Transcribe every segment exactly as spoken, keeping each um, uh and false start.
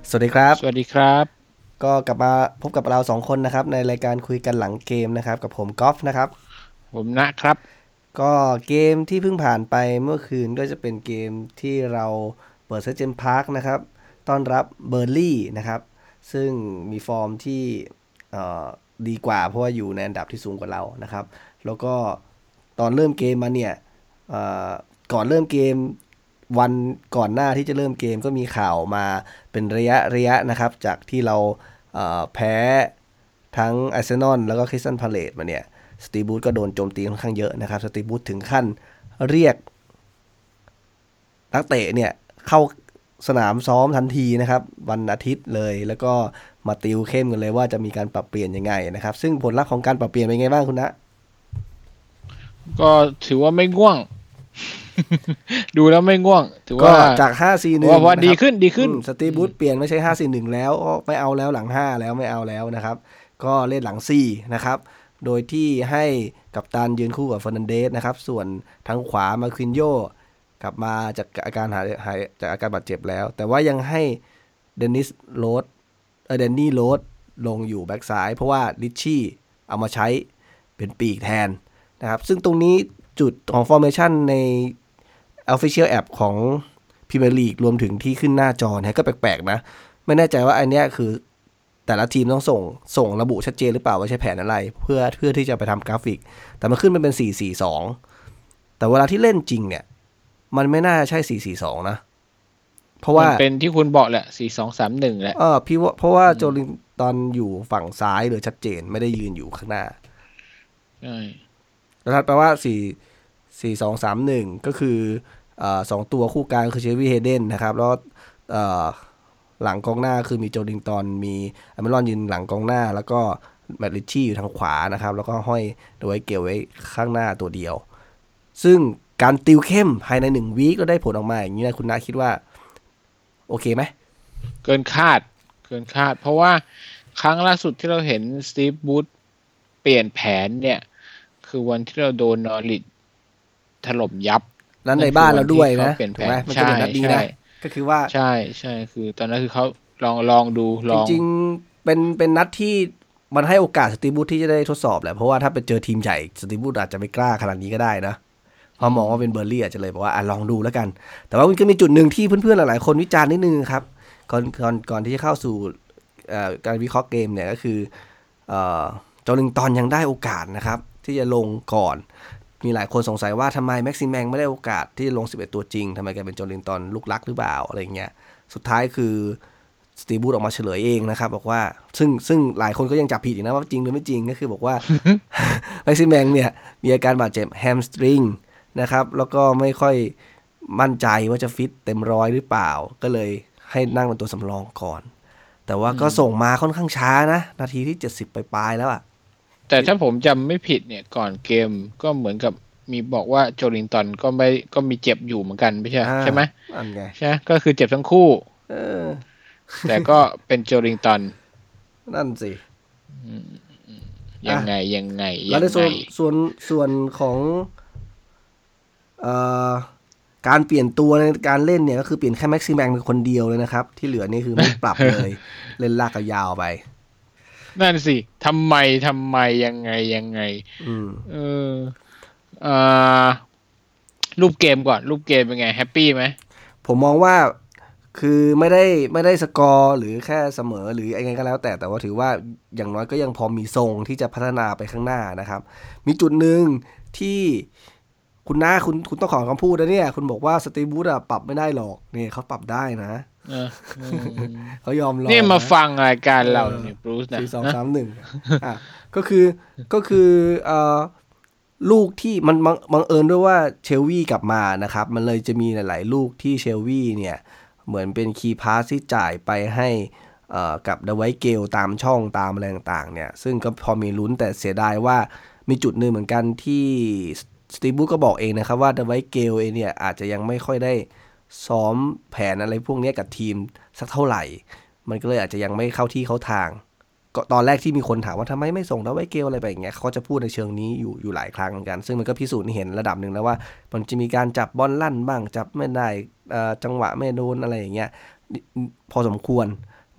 สวัสดีครับสวัสดีครับก็กลับมาพบกับเราสองคนนะครับในรายการคุยกันหลังเกมนะครับกับผมกอล์ฟนะครับผมนะครับก็เกมที่เพิ่งผ่านไปเมื่อคืนก็จะเป็นเกมที่เราเปิดเซตเจนพาร์คนะครับต้อนรับเบอร์ลี่นะครับซึ่งมีฟอร์มที่เอ่อดีกว่าเพราะว่าอยู่ในอันดับที่สูงกว่าเรานะครับแล้วก็ตอนเริ่มเกมมาเนี่ยเอ่อก่อนเริ่มเกมวันก่อนหน้าที่จะเริ่มเกมก็มีข่าวมาเป็นระยะระยะนะครับจากที่เรา เอ่อแพ้ทั้งอาร์เซนอลแล้วก็คริสตัลพาเลซมาเนี่ยสตีบูธก็โดนโจมตีค่อนข้างเยอะนะครับสตีบูธถึงขั้นเรียกนักเตะเนี่ยเข้าสนามซ้อมทันทีนะครับวันอาทิตย์เลยแล้วก็มาติวเข้มกันเลยว่าจะมีการปรับเปลี่ยนยังไงนะครับซึ่งผลลัพธ์ของการปรับเปลี่ยนเป็นไงบ้างคุณนะก็ถือว่าไม่ง่วงดูแล้วไม่ง่วงถือก็ว่าจากห้า สี่ หนึ่งว่าว่านะครับดีขึ้นดีขึ้นสตีบูธเปลี่ยนไม่ใช่ห้า สี่ หนึ่งแล้วไม่เอาแล้วหลังห้าแล้วไม่เอาแล้วนะครับก็เล่นหลังสี่นะครับโดยที่ให้กัปตันยืนคู่กับเฟอร์นันเดสนะครับส่วนทางขวามาควินโยกลับมาจากอาการหายหายจากอาการบาดเจ็บแล้วแต่ว่ายังให้เดนิสโรดเออเดนนี่โรดลงอยู่แบ็กซ้ายเพราะว่าลิชชี่เอามาใช้เป็นปีกแทนนะครับซึ่งตรงนี้จุดของ formation ใน Official App ของ Premier League รวมถึงที่ขึ้นหน้าจอเนี่ยก็แปลกๆนะไม่แน่ใจว่าอันเนี้ยคือแต่ละทีมต้องส่งส่งระบุชัดเจนหรือเปล่าว่าใช้แผนอะไรเพื่อเพื่อที่จะไปทำกราฟิกแต่มันขึ้นมันเป็น สี่ สี่ สอง แต่เวลาที่เล่นจริงเนี่ยมันไม่น่าใช่ สี่ สี่ สอง นะเพราะว่ามันเป็นที่คุณบอกแหละสี่สองสามหนึ่งแหละเออพี่ว่าเพราะว่าโจลินตอนอยู่ฝั่งซ้ายเลยชัดเจนไม่ได้ยืนอยู่ข้างหน้าใช่แล้วแปลว่า4 สี่ สอง สาม หนึ่งก็คือเอ่อสองตัวคู่กลางคือเชฟวี่เฮเดนนะครับแล้วเอ่อหลังกองหน้าคือมีโจลิงตันมีอเมรอนยืนหลังกองหน้าแล้วก็แมตติชชี่อยู่ทางขวานะครับแล้วก็ห้อยโดยเกี่ยวไว้ข้างหน้าตัวเดียวซึ่งการติวเข้มภายในหนึ่งวีคก็ได้ผลออกมาอย่างนี้นะคุณนาคิดว่าโอเคไหมเกินคาดเกินคาดเพราะว่าครั้งล่าสุดที่เราเห็นสตีฟบูธเปลี่ยนแผนเนี่ยคือวันที่เราโดนนอริทถล่มยับนั้นในบ้านเราด้วยนะถูกเปลี่ยนแผนไหมมันจะใช่เป็นนัดดีใช่นะก็คือว่าใช่ใช่คือตอนนั้นคือเขาลองลองดูลองจริงๆเป็นเป็นนัดที่มันให้โอกาสสตีบูธที่จะได้ทดสอบแหละเพราะว่าถ้าไปเจอทีมใหญ่สตีบูธอาจจะไม่กล้าขนาดนี้ก็ได้นะพอมองว่าเป็นเบอร์ลี่อาจจะเลยบอกว่าอ่ะลองดูแล้วกันแต่ว่ามันก็มีจุดหนึ่งที่เพื่อนๆหลายๆคนวิจารณ์นิดนึงครับก่อนก่อนก่อนที่จะเข้าสู่การวิเคราะห์เกมเนี่ยก็คือโจลิงตันยังได้โอกาสนะครับที่จะลงก่อนมีหลายคนสงสัยว่าทำไมแม็กซิแมงไม่ได้โอกาสที่จะลงสิบเอ็ดตัวจริงทำไมแกเป็นโจลิงตันลูกรักหรือเปล่าอะไรเงี้ยสุดท้ายคือสตีบูธออกมาเฉลยเองนะครับบอกว่าซึ่งซึ่งหลายคนก็ยังจับผิดอยู่นะว่าจริงหรือไม่จริงก็คือบอกว่า แม็กซิแมงเนี่ยมีอาการบาดเจ็บแฮมสตริงนะครับแล้วก็ไม่ค่อยมั่นใจว่าจะฟิตเต็มร้อยหรือเปล่าก็เลยให้นั่งเป็นตัวสำรองก่อนแต่ว่าก็ส่งมาค่อนข้างช้านะนาทีที่เจ็ดสิบปลายๆแล้วอะแต่ถ้าผมจำไม่ผิดเนี่ยก่อนเกมก็เหมือนกับมีบอกว่าโจลิงตันก็ไม่ก็มีเจ็บอยู่เหมือนกันไม่ใช่ใช่ไหมนั่นไงใช่ก็คือเจ็บทั้งคู่เออแต่ก็เป็นโจลิงตันนั่นสิยังไงยังไงแล้วในยังไงส่วนส่วนส่วนของเอ่อการเปลี่ยนตัวในการเล่นเนี่ยก็คือเปลี่ยนแค่แม็กซิแมงเป็นคนเดียวเลยนะครับที่เหลือนี่คือไม่ปรับเลยเล่นลากยาวไปนั่นสิทำไมทำไมยังไงยังไงอืมเอออ่ารูปเกมก่อนรูปเกมเป็นไงแฮปปี้ไหมผมมองว่าคือไม่ได้ไม่ได้สกอร์หรือแค่เสมอหรืออะไรก็แล้วแต่แต่ว่าถือว่าอย่างน้อยก็ยังพอมีทรงที่จะพัฒนาไปข้างหน้านะครับมีจุดหนึ่งที่คุณน้าคุณคุณต้องขอคำพูดนะเนี่ยคุณบอกว่าสตีบูธอะปรับไม่ได้หรอกนี่เขาปรับได้นะเออเขายอมลอนี่งนะมาฟังรายการเราเนี่ยบรูซนะสี่สองสามหนึ่งอ่ะก็คือก็คือเอ่อลูกที่มันบังเอิญด้วยว่าเชลวี่กลับมานะครับมันเลยจะมีหลายๆลูกที่เชลวี่เนี่ยเหมือนเป็นคีย์พาสที่จ่ายไปให้กับเดไวเกลตามช่องตามอะไรต่างๆเนี่ยซึ่งก็พอมีลุ้นแต่เสียดายว่ามีจุดหนึ่งเหมือนกันที่สตีฟบูธก็บอกเองนะครับว่าเดไวเกลเองเนี่ยอาจจะยังไม่ค่อยได้ซ้อมแผนอะไรพวกนี้กับทีมสักเท่าไหร่มันก็เลยอาจจะยังไม่เข้าที่เข้าทางก็ตอนแรกที่มีคนถามว่าทำไมไม่ส่งเดไวเกลอะไรไปอย่างเงี้ยเขาจะพูดในเชิงนี้อยู่อยู่หลายครั้งเหมือนกันซึ่งมันก็พิสูจน์ให้เห็นระดับหนึ่งแล้วว่ามันจะมีการจับบอลลั่นบ้างจับไม่ได้จังหวะไม่โดนอะไรอย่างเงี้ยพอสมควร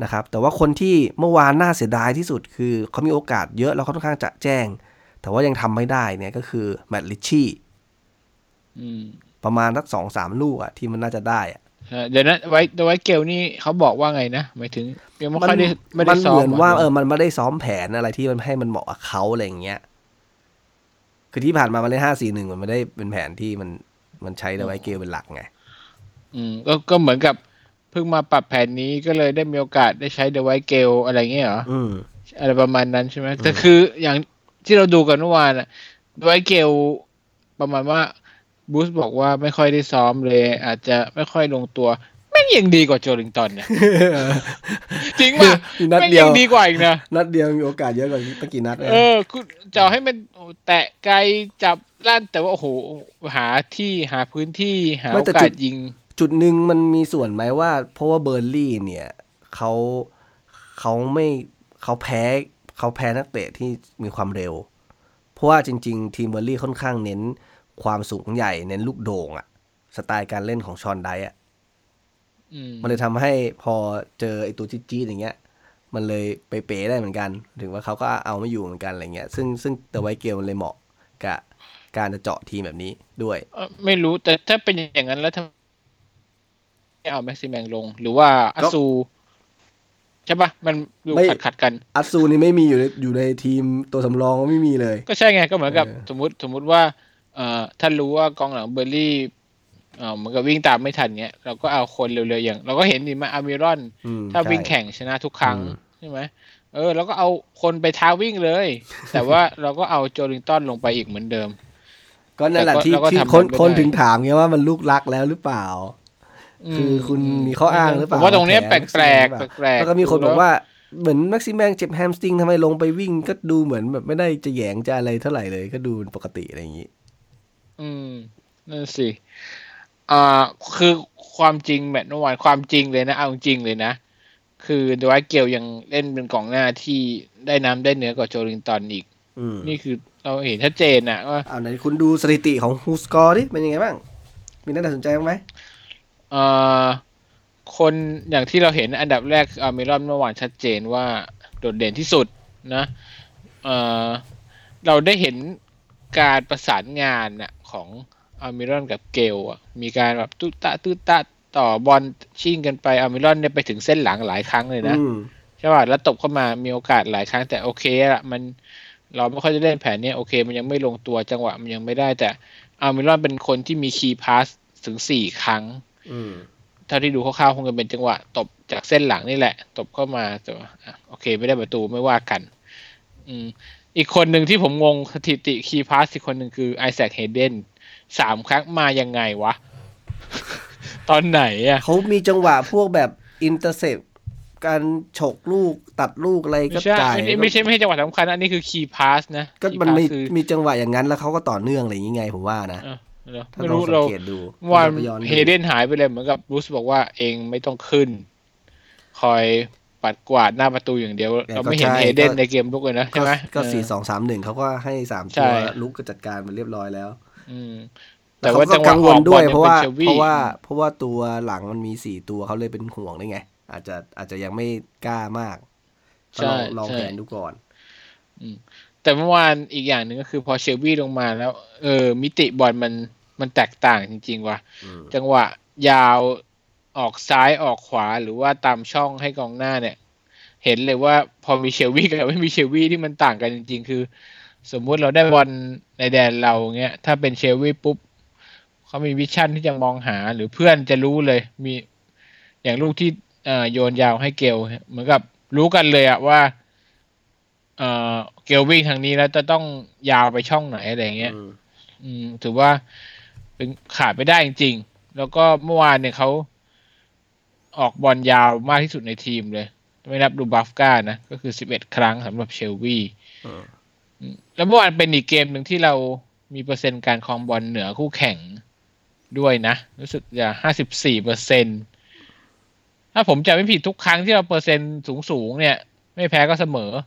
นะครับแต่ว่าคนที่เมื่อวานน่าเสียดายที่สุดคือเขามีโอกาสเยอะแล้วเขาค่อนข้างจะแจ้งแต่ว่ายังทำไม่ได้เนี่ยก็คือแมตต์ริชชี่ประมาณสักสองสามลูกอะที่มันน่าจะได้อะเดี๋ยวนะไว้ไว้เกลนี่เขาบอกว่าไงนะหมายถึงยังไม่ค่อยได้ไม่ได้ซ้อมมันเหมือนว่าเออมันไม่ได้ซ้อมแผนอะไรที่มันให้มันเหมาะกับเขาอะไรอย่างเงี้ยคือที่ผ่านมามันเล่นห้า สี่ หนึ่งมันไม่ได้เป็นแผนที่มันมันใช้ไว้เกลเป็นหลักไงอืมก็ก็เหมือนกับเพิ่งมาปรับแผนนี้ก็เลยได้มีโอกาสได้ใช้เดอะไวท์เกลอะไรเงี้ยเหรออืมอะไรประมาณนั้นใช่ไหมแต่คืออย่างที่เราดูกันเมื่อวานอะเดอะไวท์เกลประมาณว่าบูสบอกว่าไม่ค่อยได้ซ้อมเลยอาจจะไม่ค่อยลงตัวแม่งยังดีกว่าโจลิงตันเนี่ยจริงป่ะแม่งยังดีกว่าอีกนะนัดเดียวมีโอกาสเยอะกว่าตะกี้นัดเออคุณจะให้มันแตะไกลจับลั่นแต่ว่าโอ้โหหาที่หาพื้นที่หาโอกาสยิงจุดหนึ่งมันมีส่วนไหมว่าเพราะว่าเบอร์ลี่เนี่ยเขาเขาไม่เขาแพ้เขาแพ้นักเตะที่มีความเร็วเพราะว่าจริงๆทีมเบอร์ลี่ค่อนข้างเน้นความสูงใหญ่เน้นลูกโด่งอะสไตล์การเล่นของชอนไดอะมันเลยทำให้พอเจอไอ้ตัวจี๊ดๆอย่างเงี้ยมันเลยเป๋ๆได้เหมือนกันถึงว่าเขาก็เอาไม่อยู่เหมือนกันอะไรเงี้ยซึ่งซึ่งเตอร์ไวเกลมันเลยเหมาะกับการจะเจาะทีมแบบนี้ด้วยไม่รู้แต่ถ้าเป็นอย่างนั้นแล้วทำไม่เอาแม็กซิแมงลงหรือว่าอัซูใช่ปะมันดูขัดขัดกันอัซูนี่ไม่มีอยู่ในอยู่ในทีมตัวสำรองก็ไม่มีเลยก็ใช่ไงก็เหมือนกับสมมติสมมติว่าเอ่อถ้ารู้ว่ากองหลังเบอร์รี่เอ่อเหมือนกับวิ่งตามไม่ทันเงี้ยเราก็เอาคนเร็วๆอย่างเราก็เห็นดิมาอามิรอนถ้าวิ่งแข่งชนะทุกครั้งใช่ไหมเออเราก็เอาคนไปท้าวิ่งเลยแต่ว่าเราก็เอาโจลิงตันลงไปอีกเหมือนเดิมก็นั่นแหละที่ที่คนคนถึงถามไงว่ามันลูกรักแล้วหรือเปล่าคือคุณมีข้ออ้างหรือเปล่าผมว่าตรงนี้แปลกแปลกแปลกแล้วก็มีคนบอกว่าเหมือนแม็กซิแมงเจ็บแฮมสตริงทำไมลงไปวิ่งก็ดูเหมือนแบบไม่ได้จะแยงจะอะไรเท่าไหร่เลยก็ดูปกติอะไรอย่างนี้อืมนั่นสิอ่าคือความจริงแมตช์เมื่อวานความจริงเลยนะเอาจริงเลยนะคือเดวายเกลยังเล่นเป็นกองหน้าที่ได้น้ำได้เนื้อกว่าโจลิงตันอีกนี่คือเราเห็นชัดเจนนะว่าเอาไหนคุณดูสถิติของฮูสกอร์ดิเป็นยังไงบ้างมีน่าสนใจบ้างไหมเอ่อคนอย่างที่เราเห็นอันดับแรกอาร์มิรอนเมื่อวานชัดเจนว่าโดดเด่นที่สุดนะเอ่อเราได้เห็นการประสานงานน่ะของอาร์มิรอนกับเกลอ่ะมีการแบบตุ๊ตะตุ๊ตะต่อบอลชิ่งกันไปอาร์มิรอนเนี่ยไปถึงเส้นหลังหลายครั้งเลยนะใช่ป่ะแล้วตบเข้ามามีโอกาสหลายครั้งแต่โอเคละมันเราไม่ค่อยจะเล่นแผนนี้โอเคมันยังไม่ลงตัวจังหวะมันยังไม่ได้แต่อาร์มิรอนเป็นคนที่มีคีย์พาสถึงสี่ครั้งเท่าที่ดูคร่าวๆคงจะเป็นจังหวะตบจากเส้นหลังนี่แหละตบเข้ามาแต่โอเคไม่ได้ประตูไม่ว่ากันอืมอีกคนหนึ่งที่ผมงงสถิติคีย์พาสอีกคนหนึ่งคือไอแซคเฮเดนสามครั้งมายังไงวะ ตอนไหนอ่ะเขามีจังหวะพวกแบบอินเตอร์เซปการฉกลูกตัดลูกอะไรก็จ่ายไม่ใช่ไม่ใช่จังหวะสำคัญอันนี้คือคีย์พาสนะก็มันมีมีจังหวะอย่างนั้นแล้วเขาก็ต่อเนื่องอะไรอย่างงี้ไงผมว่านะไม่รู้เราว่าเฮเดนหายไปเลยเหมือนกับรูสบอกว่าเองไม่ต้องขึ้นคอยปัดกวาดหน้าประตูอย่างเดียวเราไม่เห็นเฮเดนในเกมลุกเลยนะใช่ไหมก็สี่สองสามหนึ่งเขาก็ให้สามตัวลุกก็จัดการมันเรียบร้อยแล้วแต่ว่าจังหวะกังวลด้วยเพราะว่าเพราะว่าเพราะว่าตัวหลังมันมีสี่ตัวเขาเลยเป็นห่วงได้ไงอาจจะอาจจะยังไม่กล้ามากลองลองแผนดูก่อนแต่เมื่อวานอีกอย่างหนึ่งก็คือพอเชลบี้ลงมาแล้วเออมิติบอลมันมันแตกต่างจริงๆว่ะจังหวะยาวออกซ้ายออกขวาหรือว่าตามช่องให้กองหน้าเนี่ยเห็นเลยว่าพอมีเชลบี้กับไม่มีเชลบี้ที่มันต่างกันจริงๆคือสมมุติเราได้บอลในแดนเราเงี้ยถ้าเป็นเชลบี้ปุ๊บเขามีวิชั่นที่จะมองหาหรือเพื่อนจะรู้เลยมีอย่างลูกที่เอ่อโยนยาวให้เกลเหมือนกับรู้กันเลยอะว่าเอ่อเกลวิ่งทางนี้แล้วจะต้องยาวไปช่องไหนอะไรเงี้ยอืมถือว่าเป็นขาดไม่ได้จริงๆแล้วก็เมื่อวานเนี่ยเขาออกบอลยาวมากที่สุดในทีมเลยไม่นับดูบัฟก้านะก็คือสิบเอ็ดครั้งสำหรับเชลวีแล้วเมื่อวานเป็นอีกเกมหนึ่งที่เรามีเปอร์เซ็นต์การครองบอลเหนือคู่แข่งด้วยนะรู้สึกจะห้าสิบสี่เปอร์เซ็นต์ถ้าผมจำไม่ผิดทุกครั้งที่เราเปอร์เซ็นต์สูงๆเนี่ยไม่แพ้ก็เสมอ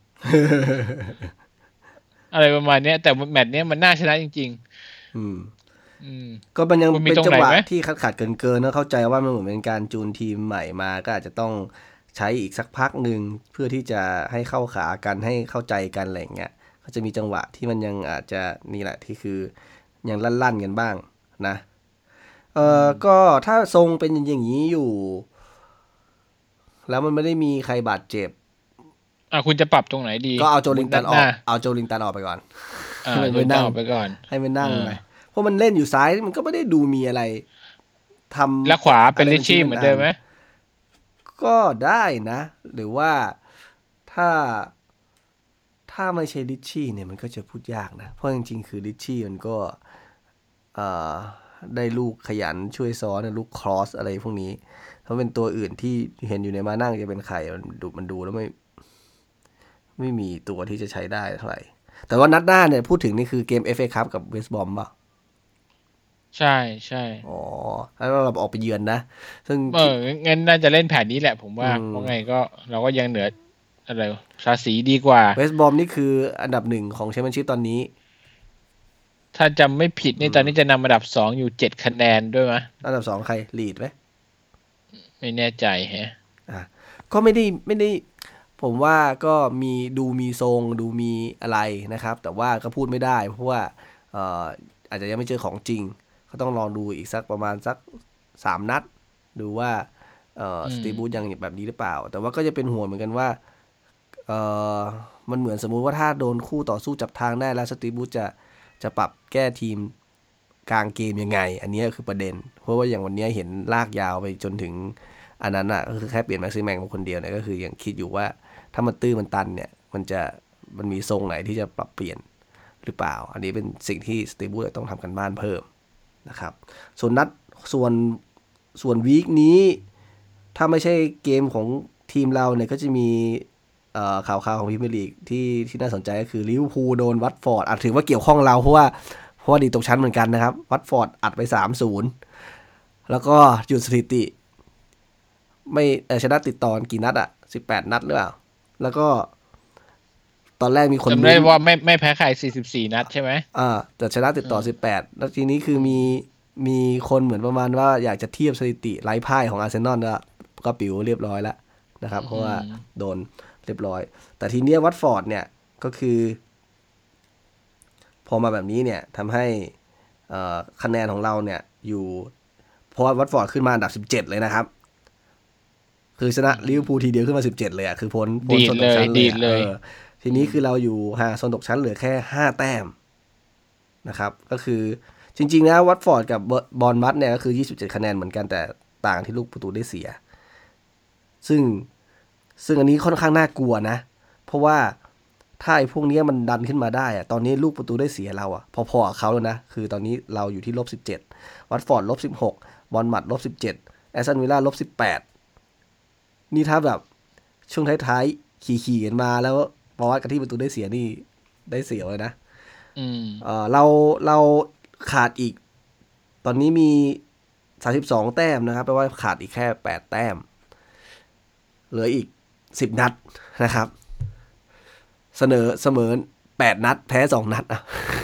อะไรประมาณนี้แต่แมตช์นี้มันน่าชนะจริงๆอืมก็มันยังเป็นจังหวะที่ขาดขาดเกินเกินนะเข้าใจว่ามันเหมือนเป็นการจูนทีมใหม่มาก็อาจจะต้องใช้อีกสักพักหนึ่งเพื่อที่จะให้เข้าขากันให้เข้าใจกันอะไรอย่างเงี้ยก็จะมีจังหวะที่มันยังอาจจะนี่แหละที่คือยังลั่นๆกันบ้างนะเออก็ถ้าทรงเป็นอย่างนี้อยู่แล้วมันไม่ได้มีใครบาดเจ็บอ่ะคุณจะปรับตรงไหนดีก็เอาโจลิงตันออกเอาโจลิงตันออกไปก่อนอ่าโจลิงตันออกไปก่อนให้มันนั่งไปเพราะมันเล่นอยู่ซ้ายมันก็ไม่ได้ดูมีอะไรทำแล้วขวาเป็นลิชชี่เหมือนเดิมไหมก็ได้นะหรือว่าถ้าถ้าไม่ใช่ลิชชี่เนี่ยมันก็จะพูดยากนะเพราะจริงๆคือลิชชี่มันก็ได้ลูกขยันช่วยซ้อนลูกครอสอะไรพวกนี้ถ้าเป็นตัวอื่นที่เห็นอยู่ในมานั่งจะเป็นใครมันดูมันดูแล้วไม่ไม่มีตัวที่จะใช้ได้เท่าไหร่แต่ว่านัดหน้าเนี่ยพูดถึงนี่คือเกม เอฟ เอ Cup กับเวสต์บรอมป่ะใช่ใช่อ๋อแล้วเราออกไปเยือนนะซึ่งเอองั้นน่าจะเล่นแผนนี้แหละผมว่าเพราะไงก็เราก็ยังเหนืออะไรภาษีดีกว่าเวสต์บรอมนี่คืออันดับหนึ่งของแชมเปี้ยนชิพตอนนี้ถ้าจำไม่ผิดนี่ตอนนี้จะนำอันดับสองอยู่เจ็ดคะแนนด้วยมั้ยอันดับสองใครลีดไหมไม่แน่ใจแฮะอ่ะก็ไม่ได้ไม่ได้ผมว่าก็มีดูมีทรงดูมีอะไรนะครับแต่ว่าก็พูดไม่ได้เพราะว่าเอ่ออาจจะยังไม่เจอของจริงก็ต้องลองดูอีกสักประมาณสักสามนัดดูว่าเอ่อสตีบูธยังแบบนี้หรือเปล่าแต่ว่าก็จะเป็นห่วงเหมือนกันว่าเอ่อมันเหมือนสมมุติว่าถ้าโดนคู่ต่อสู้จับทางได้แล้วสตีบูธจะจะปรับแก้ทีมกลางเกมยังไงอันนี้คือประเด็นเพราะว่าอย่างวันนี้เห็นลากยาวไปจนถึงอันนั้นอ่ะก็คือแค่เปลี่ยนแม็กซิแมงคนเดียวเนี่ยก็คือยังคิดอยู่ว่าถ้ามันตื้อมันตันเนี่ยมันจะมันมีทรงไหนที่จะปรับเปลี่ยนหรือเปล่าอันนี้เป็นสิ่งที่สตีบูธต้องทำกันบ้านเพิ่มนะครับส่วนนัดส่วนส่วนวีคนี้ถ้าไม่ใช่เกมของทีมเราเนี่ยก็จะมีข่าวข่าวของพรีเมียร์ลีกที่ที่น่าสนใจก็คือลิเวอร์พูลโดนวัตฟอร์ดอาจถือว่าเกี่ยวข้องเราเพราะว่าเพราะว่าดีตกชั้นเหมือนกันนะครับวัตฟอร์ดอัดไป สามศูนย์ แล้วก็หยุดสถิติไม่ชนะติดต่อกี่นัดอ่ะสิบแปดนัดหรือเปล่าแล้วก็ตอนแรกมีคนจำได้ว่าไม่ไม่แพ้ใครสี่สิบสี่นัดใช่ไหมอ่าแต่ชนะติดต่อสิบแปดแล้วทีนี้คือมีมีคนเหมือนประมาณว่าอยากจะเทียบสถิติไร้พ่ายของอาร์เซนอลแล้วก็ปิ๋วเรียบร้อยแล้วนะครับเพราะว่าโดนเรียบร้อยแต่ทีเนี้ยวัตฟอร์ดเนี่ยก็คือพอมาแบบนี้เนี่ยทำให้คะแนนของเราเนี่ยอยู่เพราะว่าวัตฟอร์ดขึ้นมาอันดับสิบเจ็ดเลยนะครับคือชนะลิเวอร์พูลทีเดียวขึ้นมาสิบเจ็ดเลยอ่ะคือพ้นพ้นโซนตกชั้นเลยเออทีนี้คือเราอยู่ห่างโซนตกชั้นเหลือแค่ห้าแต้มนะครับก็คือจริงๆนะวัตฟอร์ดกับบอร์นมัธเนี่ยก็คือยี่สิบเจ็ดคะแนนเหมือนกันแต่ต่างที่ลูกประตูได้เสียซึ่งซึ่งอันนี้ค่อนข้างน่ากลัวนะเพราะว่าถ้าไอ้พวกนี้มันดันขึ้นมาได้อะตอนนี้ลูกประตูได้เสียเราอะพอๆกับเขาแล้วนะคือตอนนี้เราอยู่ที่ลบสิบเจ็ดวัตฟอร์ดลบสิบหกบอร์นมัธลบสิบเจ็ดแอสตันวิลล่าลบสิบแปดนี่ถ้าแบบช่วงท้ายๆขี่ๆกันมาแล้วพอวัดกันที่ประตูได้เสียนี่ได้เสียเลยนะอืมเออเราเราขาดอีกตอนนี้มีสามสิบสองแต้มนะครับแปลว่าขาดอีกแค่แปดแต้มเหลืออีกสิบนัดนะครับเสนอเสมอแปดนัดแพ้สองนัดอ่ะ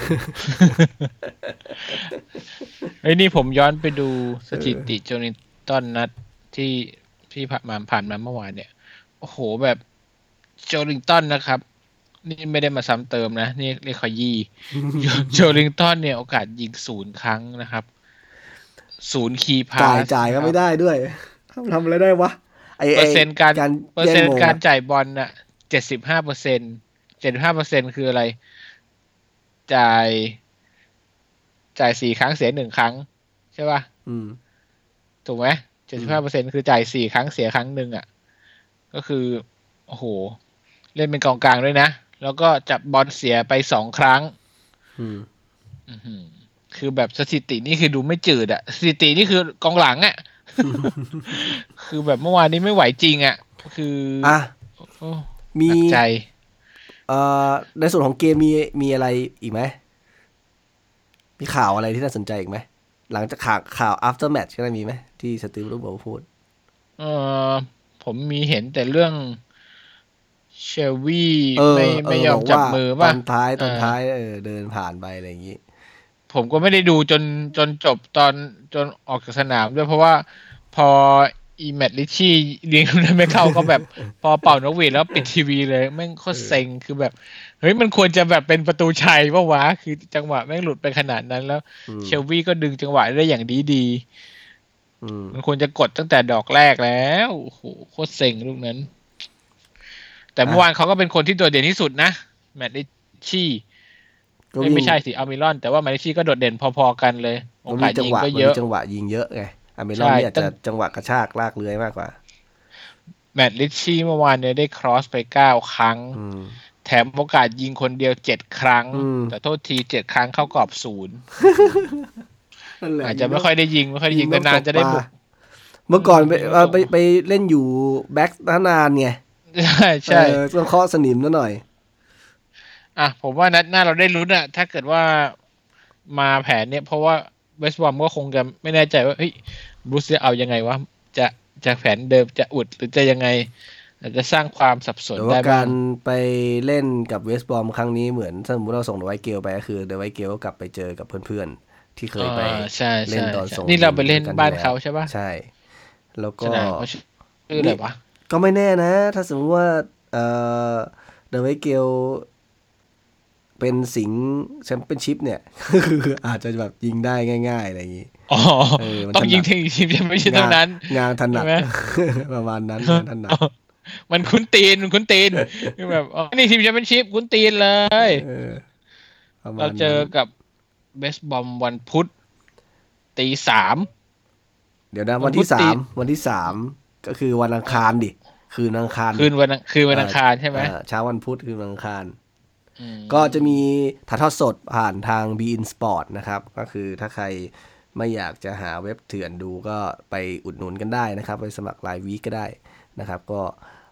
ไอ้นี่ผมย้อนไปดูสถิติโจลิงตันนัดที่ที่ผ่านมาผ่านมาเมื่อวานเนี่ยโอ้โหแบบโจลิงตันนะครับนี่ไม่ได้มาซ้ำเติมนะนี่เรียกขยี้ โจลิงตันเนี่ยโอกาสยิงศูนย์ครั้งนะครับศูนย์คีย์พาสจ่ายจ่ายก็ไม่ได้ด้วยทำอะไรได้วะไอเปอร์เซ็นต์การเปอร์เซ็นต์การจ่ายบอลน่ะ เจ็ดสิบห้าเปอร์เซ็นต์ เจ็ดสิบห้าเปอร์เซ็นต์ คืออะไรจ่ายจ่ายสี่ครั้งเสียหนึ่งครั้งใช่ป่ะอืมถูกไหม เจ็ดสิบห้าเปอร์เซ็นต์ คือจ่ายสี่ครั้งเสียครั้งนึงอ่ะก็คือโอ้โหเล่นเป็นกองกลางด้วยนะแล้วก็จับบอลเสียไปสองครั้งอืมอือคือแบบสถิตินี่คือดูไม่จืดอ่ะสถิตินี่คือกองหลังอ่ะ คือแบบเมื่อวานนี้ไม่ไหวจริงอ่ะคืออ่ะมีใจเอ่อในส่วนของเกมมีมีอะไรอีกไหมมีข่าวอะไรที่น่าสนใจอีกไหมหลังจากข่าวข่าว after match ก็ได้มีไหมที่สตีฟ รูเบิร์ตพูดเออผมมีเห็นแต่เรื่องเชลวี่ไม่ไม่ยอมจับมือตอนท้ายตอนท้ายเออเดินผ่านไปอะไรอย่างงี้ผมก็ไม่ได้ดูจนจนจบตอนจนออกจากสนามด้วยเพราะว่าพออีแมตลิชี่เลี้ยงนั้นไม่เข้าก็แบบพอเป่านกหวีดแล้วปิดทีวีเลยแม่งโคตรเซ็งคือแบบเฮ้ยมันควรจะแบบเป็นประตูชัยป่ะวะคือจังหวะแม่งหลุดไปขนาดนั้นแล้วเชลวีก็ดึงจังหวะได้อย่างดีดีมันควรจะกดตั้งแต่ดอกแรกแล้วโอ้โหโคตรเซ็งลูกนั้นแต่เมื่อวานเขาก็เป็นคนที่โดดเด่นที่สุดนะแมตลิชี่ไม่ไม่ใช่สิอามิรอนแต่ว่าแมตลิชี่ก็โดดเด่นพอๆกันเลยโอกาสยิงก็เยอะจังหวะยิงเยอะไงอามิรอนเนี่ยอาจจะจังหวะกระชากลากเลื้อยมากกว่าแมตลิชี่เมื่อวานเนี่ยได้ครอสไปเก้าครั้งแถมโอกาสยิงคนเดียวเจ็ดครั้งแต่โทษทีเจ็ดครั้งเข้ากรอบศูนย์อาจจะไม่ค่อยได้ยิงไม่ค่อยได้ยิงนานๆจะได้บุกเมื่อก่อนไปไปไปเล่นอยู่แบ็กนานไงใช่ใช่ต้องเคาะสนิมนิดหน่อยอ่ะผมว่านัดหน้าเราได้ลุ้นอะถ้าเกิดว่ามาแผนเนี่ยเพราะว่าเวสต์บอมก็คงจะไม่แน่ใจว่าเฮ้ยบรูซจะเอายังไงวะจะจะแผนเดิมจะอุดหรือจะยังไงอาจจะสร้างความสับสนได้บ้างการไปเล่นกับเวสต์บอมครั้งนี้เหมือนสมมติเราส่งเดอะไวท์เกลไปก็คือเดอะไวท์เกลก็กลับไปเจอกับเพื่อนๆที่เคยไปเล่นตอนส่งนี่เราไปเล่นบ้านเขาใช่ปะใช่แล้วก็ชื่ออะไรวะก็ไม่แน่นะถ้าสมมติว่าเอ่อเดอะไวท์เกลเป็นสิงห์แชมเปี้ยนชิพเนี่ยคืออาจจะแบบยิงได้ง่ายๆอะไรอย่างงี้อ๋อต้องยิงถึงทีมไม่ใช่เท่านั้นงานถนัดประมาณนั้นถนัดมันคุ้นตีนมันคุ้นตีนแบบอ๋อนี่ทีมแชมเปี้ยนชิพคุ้นตีนเลยเราเจอกับเบสบอมวันพุธตีสามเดี๋ยวนะวันที่สามวันที่สามก็คือวันอังคารดิคืนอังคารคืนวันคืนวันอังคารใช่ไหมเช้าวันพุธคืนวันอังคารก็จะมีถ่ายทอดสดผ่านทาง beIN Sport นะครับก็คือถ้าใครไม่อยากจะหาเว็บเถื่อนดูก็ไปอุดหนุนกันได้นะครับไปสมัครรายวีคก็ได้นะครับก็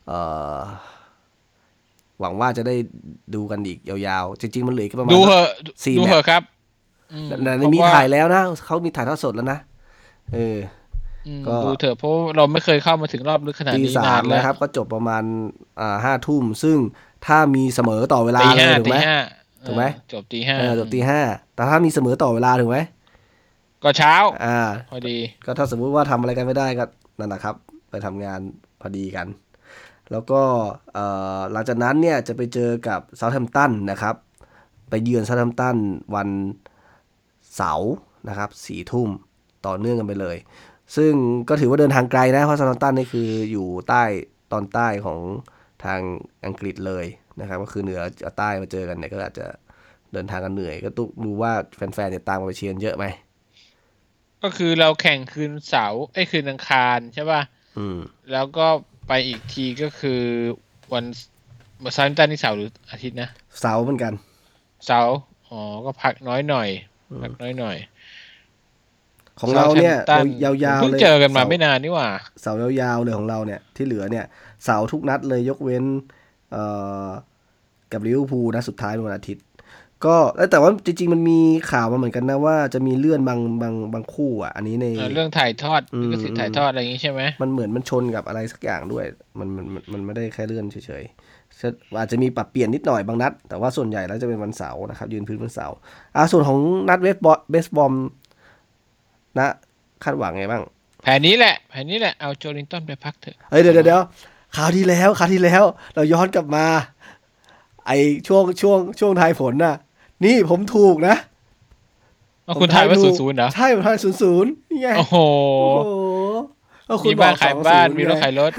หวังว่าจะได้ดูกันอีกยาวๆจริงๆมันเหลือแค่ประมาณดูเหอะดูเหอะครับแต่มีถ่ายแล้วนะเขามีถ่ายทอดสดแล้วนะเออก็ดูเถอะเพราะเราไม่เคยเข้ามาถึงรอบลึกขนาดนี้นานแล้วนะครับก็จบประมาณอ่าห้าทุ่มซึ่งถ้ามีเสมอต่อเวลาเลยถูกไหมถูกไหมจบตีห้าจบตีห้าแต่ถ้ามีเสมอต่อเวลาถูกไหมก็เช้าอ่าพอดีก็ถ้าสมมุติว่าทำอะไรกันไม่ได้ก็นั่นแหละครับไปทำงานพอดีกันแล้วก็หลังจากนั้นเนี่ยจะไปเจอกับเซาท์แฮมป์ตันนะครับไปเยือนเซาท์แฮมป์ตันวันเสาร์นะครับสี่ทุ่มต่อเนื่องกันไปเลยซึ่งก็ถือว่าเดินทางไกลนะเพราะเซาท์แฮมป์ตันนี่คืออยู่ใต้ตอนใต้ของทางอังกฤษเลยนะครับก็คือเหนือกับใต้มาเจอกันเนี่ยก็อาจจะเดินทางกันเหนื่อยก็ต้องดูว่าแฟนๆเนี่ยตามมาเชียร์เยอะไหมก็คือเราแข่งคืนเสาร์ไอ้คืนอังคารใช่ป่ะอืมแล้วก็ไปอีกทีก็คือวันเซาท์แฮมป์ตันนี่เสาร์หรืออาทิตย์นะเสาร์เหมือนกันเสาร์อ๋อก็พักน้อยหน่อยพักน้อยหน่อยของเราเนี่ยยาวๆเลยเพิ่งเจอกันมาไม่นานนี่หว่าเสาร์ยาวๆเลยของเราเนี่ยที่เหลือเนี่ยเสาร์ทุกนัดเลยยกเว้นเอ่อกับลิเวอร์พูลนะสุดท้ายวันอาทิตย์ก็แต่ว่าจริงๆมันมีข่าวมาเหมือนกันนะว่าจะมีเลื่อนบางบางบางคู่อ่ะอันนี้ในเรื่องถ่ายทอดลิขสิทธิ์ถ่ายทอดอะไรอย่างงี้ใช่ไหมมันเหมือนมันชนกับอะไรสักอย่างด้วยมันมันมันไม่ได้แค่เลื่อนเฉยๆอาจจะมีปรับเปลี่ยนนิดหน่อยบางนัดแต่ว่าส่วนใหญ่แล้วจะเป็นวันเสาร์นะครับยืนพื้นวันเสาร์อ่ะส่วนของนัดเวสบอลเบสบอมนะคาดหวังไงบ้างแผนนี้แหละแผนนี้แหละเอาโจลิงตันไปพักเถอะเฮ้ยเดี๋ยวเดี๋ยวคราวที่แล้วคราวที่แล้วเราย้อนกลับมาไอช่วงช่วงช่วงทายผลน่ะนี่ผมถูกนะคุณทายว่าศูนย์ศูนย์เหรอใช่ผมทายศูนย์ศูนย์นี่ไงโอ้โหมีบ้านขายบ้านมีรถขายรถ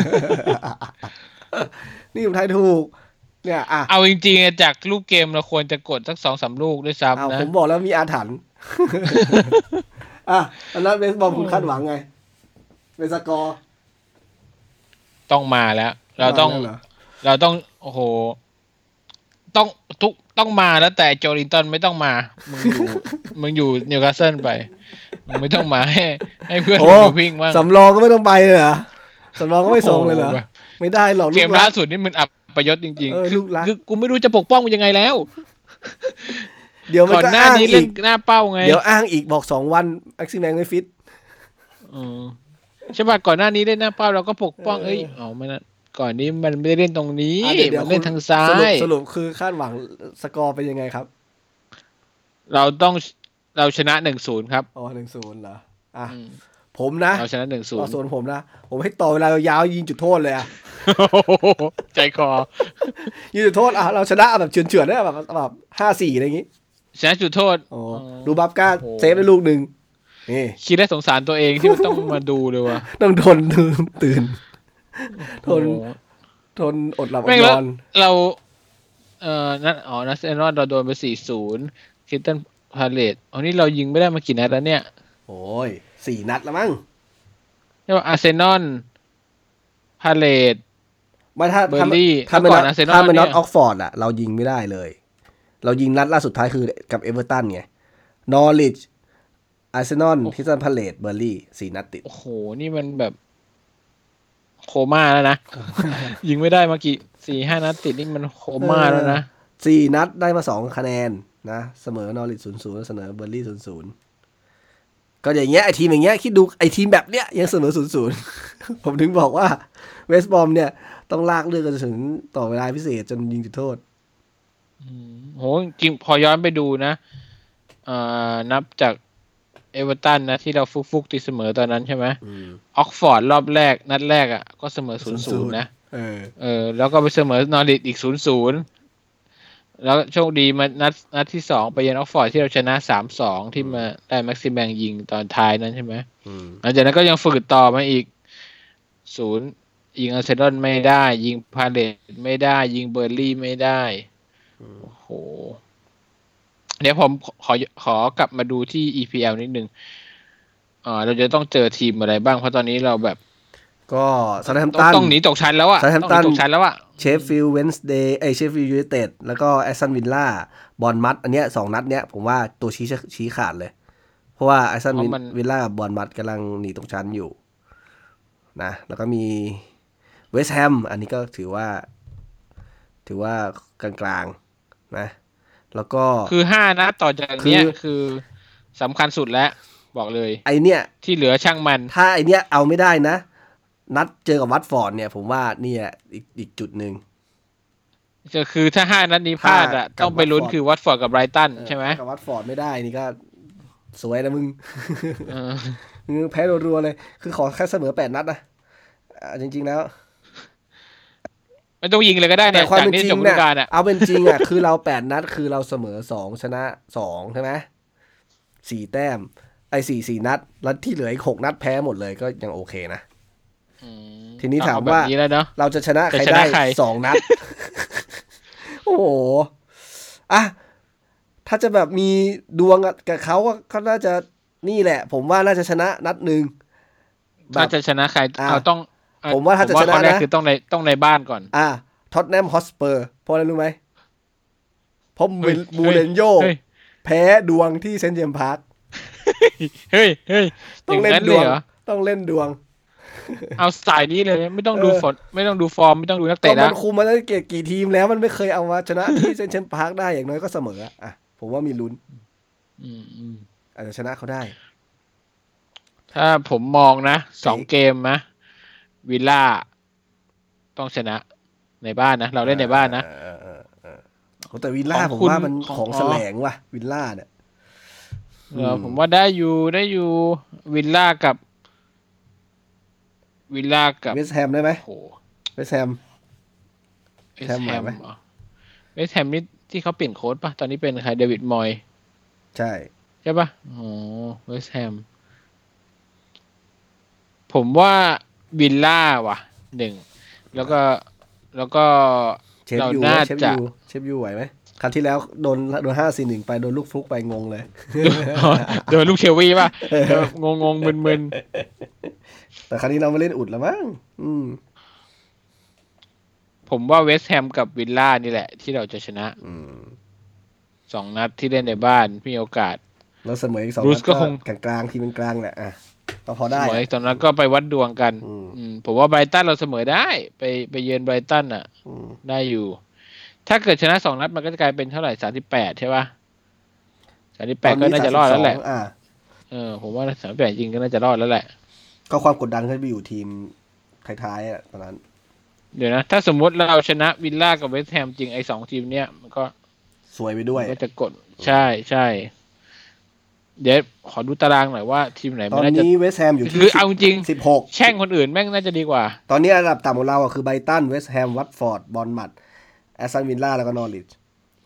นี่ผมทายถูกเนี่ยอ่ะเอาจริงๆจากลูกเกมเราควรจะกดสัก สองสาม ลูกด้วยซ้ำนะผมบอกแล้วมีอาถรรพ์อ่ะอันนั้นเบสบอลคุณคาดหวังไงเป็นสกอร์ต้องมาแล้วเราต้องเราต้องโอ้โหต้องทุกต้องมาแล้วแต่โจลิงตันไม่ต้องมามึงอยู่มึงอยู่นิวคาสเซิลไปมึงไม่ต้องมาให้ให้เพื่อนมึงวิ่งบ้างสำรองก็ไม่ต้องไปเลยเหรอสำรองก็ไม่ส่งเลยเหรอไม่ได้หรอกเกมล่าสุดนี่มันอับประยศจริงๆคือกูไม่รู้จะปกป้องมึงยังไงแล้วเดี๋ยวมันก็อ้างอีกหน้าเป้าไงเดี๋ยวอ้างอีกบอกสองวันแม็กซิแมงไม่ฟิตอือใช่ป่ะก่อนหน้านี้เล่นหน้าเป้าเราก็ปกป้องเอ้ยอ๋อมันก่อนนี้มันไม่ได้เล่นตรงนี้มันเล่นทางซ้ายสรุปคือคาดหวังสกอร์เป็นยังไงครับเราต้องเราชนะ หนึ่งศูนย์ ครับอ๋อ หนึ่งศูนย์ เหรออ่ะผมนะเราชนะ หนึ่งศูนย์ส่วนผมนะผมให้ต่อเวลายาวยิงจุดโทษเลยอะใจคอยิงจุดโทษอ่ะเราชนะแบบเฉือนๆได้แบบแบบห้าสี่อะไรอย่างงี้ชนะจุดโทษอ๋อดูบัฟก้าเซฟได้ลูกนึงนี่คิดได้สงสารตัวเองที่มันต้องมาดูเลยว่ะต้องทนตื่นทนทนอดหลับอดนอนเราเอ่อนัดอ๋อนัดเซนอนเราโดนไป สี่ศูนย์ คริสตัลพาเลซอ๋อนี่เรายิงไม่ได้มากี่นัดแล้วเนี่ยโอ้ยสี่นัดแล้วมั้งใช่ป่ะอาร์เซนอลพาเลซไม่ถ้าเบอร์ลี่ถ้าเป็นถ้าเป็นน็อตออกฟอร์ดอ่ะเรายิงไม่ได้เลยเรายิงนัดล่าสุดท้ายคือกับเอเวอร์ตันไงนอริชอาร์เซนอลคริสตัลพาเลซเบอร์ลี่สี่นัดติดโอ้โหนี่มันแบบโคม่าแล้วนะ ยิงไม่ได้มากี่สี่ห้านัดติดนี่มันโคม่าแล้วนะสี่นัดได้มาสองคะแนนนะเสมอนอริชศูนย์ศูนย์เสมอเบอร์ลี่ศูนย์ศูนย์ก็อย่างเงี้ยไอทีมอย่างเงี้ยคิดดูไอทีมแบบเนี้ยยังเสมอศูนย์ศูนย์ผมถึงบอกว่าเวสต์บอมเนี่ยต้องลากเลือกกันถึงต่อเวลาพิเศษจนยิงจุดโทษโหจริงพอย้อนไปดูนะนับจากเอเวอร์ตันนะที่เราฟุกๆตีเสมอตอนนั้นใช่ไหมออกฟอร์ดรอบแรกนัดแรกอ่ะก็เสมอศูนย์ศูนย์นะเออเออแล้วก็ไปเสมอนอริชอีกศูนย์ศูนย์แล้วโชคดีมานัดนัดที่สองไปเยือนออกฟอร์ดที่เราชนะ สามสอง ที่มาได้แม็กซิแมงยิงตอนท้ายนั้นใช่ไหมหลังจากนั้นก็ยังฝืดต่อมาอีกศูนย์ยิงอาร์เซนอลไม่ได้ยิงพาเลซไม่ได้ยิงเบอร์ลี่ไม่ได้โอ้โหเดี๋ยวผมขอขอกลับมาดูที่ อี พี แอล นิดนึงอ่าเราจะต้องเจอทีมอะไรบ้างเพราะตอนนี้เราแบบก็เซาท์แฮมป์ตันต้องหนีตกชั้นแล้วอ่ะต้องหนีตกชั้นแล้วอ่ะเชฟฟิลด์เวนส์เดย์ไอเชฟฟิลด์ยูไนเต็ดแล้วก็แอสตันวิลล่าบอร์นมัธอันเนี้ยสองนัดเนี้ยผมว่าตัวชี้ชี้ขาดเลยเพราะว่าแอสตันวิลล่ากับบอร์นมัธกำลังหนีตกชั้นอยู่นะแล้วก็มีเวสต์แฮมอันนี้ก็ถือว่าถือว่ากลางๆนะแล้วก็คือห้านัดต่อจากเนี้ยคือสำคัญสุดแล้วบอกเลยไอเนี้ยที่เหลือช่างมันถ้าไอเนี้ยเอาไม่ได้นะนัดเจอกับวัตฟอร์ดเนี่ยผมว่าเนี่ยอีกอีกจุดหนึ่งก็คือถ้าห้านัดนี้พลาดอ่ะต้องไปลุ้นคือวัตฟอร์ดกับไบรตันใช่ไหมกับวัตฟอร์ดไม่ได้นี่ก็สวยนะมึงมึงแพ้รัวๆเลยคือขอแค่เสมอแปดนัดนะจริงๆแล้วไม่ต้องยิงเลยก็ได้แต่ความเป็นจริงเนี่ยเอาเอาเป็นจริงอ่ะคือเราแปดนัดคือเราเสมอสองชนะสองใช่ไหมสี่แต้มไอ้สี่สี่นัดแล้วที่เหลืออีกหกนัดแพ้หมดเลยก็ยังโอเคนะทีนี้ถามว่าเราจะชนะใครได้สองนัดโอ้โหอ่ะถ้าจะแบบมีดวงกับเขาก็เขาน่าจะนี่แหละผมว่าน่าจะชนะนัดหนึ่งถ้าจะชนะใครเอาต้องผมว่าถ้าจะชนะนะคือต้องในต้องในบ้านก่อนอ่ะท็อตแนมฮอสเปอร์เพราะอะไรรู้ไหมเพราะมูเรนโญ่แพ้ดวงที่เซนต์เจมส์พาร์คเฮ้ยเฮ้ยต้องเล่นดวงต้องเล่นดวงเอาสายนี้เลยไม่ต้องดูฝนไม่ต้องดูฟอร์มไม่ต้องดูนักเตะนะมันคุมมาตั้งเกกี่ทีมแล้วมันไม่เคยเอามาชนะที่เซนต์เจมส์พาร์คได้อย่างน้อยก็เสมออ่ะผมว่ามีลุ้นอาจจะชนะเขาได้ถ้าผมมองนะสองเกมนะวิลล่าต้องชนะในบ้านนะเราเล่นในบ้านนะแต่วิลล่าผมว่ามันของแสลงว่ะวิลล่าเนี่ยเออผมว่าได้อยู่ได้อยู่วิลล่ากับวิลล่ากับเวสต์แฮมได้ไหมโอ้เวสต์แฮมเวสต์แฮมเวสต์แฮมนี่ที่เขาเปลี่ยนโค้ชป่ะตอนนี้เป็นใครเดวิดมอยใช่ใช่ป่ะอ๋อเวสต์แฮมผมว่าวิลล่าว่ะหนึ่งแล้วก็แล้วก็เราน่าจะเชฟยูไหวไหมครั้งที่แล้วโดนโดนห้าสี่หนึ่งไปโดนลูกฟลุกไปงงเลยโดนลูกเชลวี่ป่ะงงงมึนๆแต่ครั้งนี้เราไม่เล่นอุดแล้วมั้งอืมผมว่าเวสต์แฮมกับวิลล่านี่แหละที่เราจะชนะสองนัดที่เล่นในบ้านมีโอกาสแล้วเสมออีกสองนัดก็กลางๆทีมกลางๆแหละอ่ะก็พอได้เสมออีกตอนนั้นก็ไปวัดดวงกันผมว่าไบรตันเราเสมอได้ไปไปเยือนไบรตันอ่ะได้อยู่ถ้าเกิดชนะสองนัดมันก็จะกลายเป็นเท่าไหร่สามสิบแปดใช่ป่ะสามสิบแปดก็น่าจะรอดแล้วแหละเออผมว่าสามสิบแปดจริงก็น่าจะรอดแล้วแหละก็ความกดดันขึ้นไปอยู่ทีมท้ายๆอ่ะตอนนั้นเดี๋ยวนะถ้าสมมติเราชนะวิลล่ากับเวสต์แฮมจริงไอ้สองทีมเนี้ยมันก็สวยไปด้วยก็จะกดใช่ใช่เดี๋ยวขอดูตารางหน่อยว่าทีมไหนตอนนี้เวสต์แฮมอยู่ที่คือเอาจริงสิบหกแช่งคนอื่นแม่งน่าจะดีกว่าตอนนี้อันดับต่ำของเราอ่ะคือไบรตันเวสต์แฮมวัตฟอร์ดบอร์นมัธแอสตันวิลล่าแล้วก็นอริช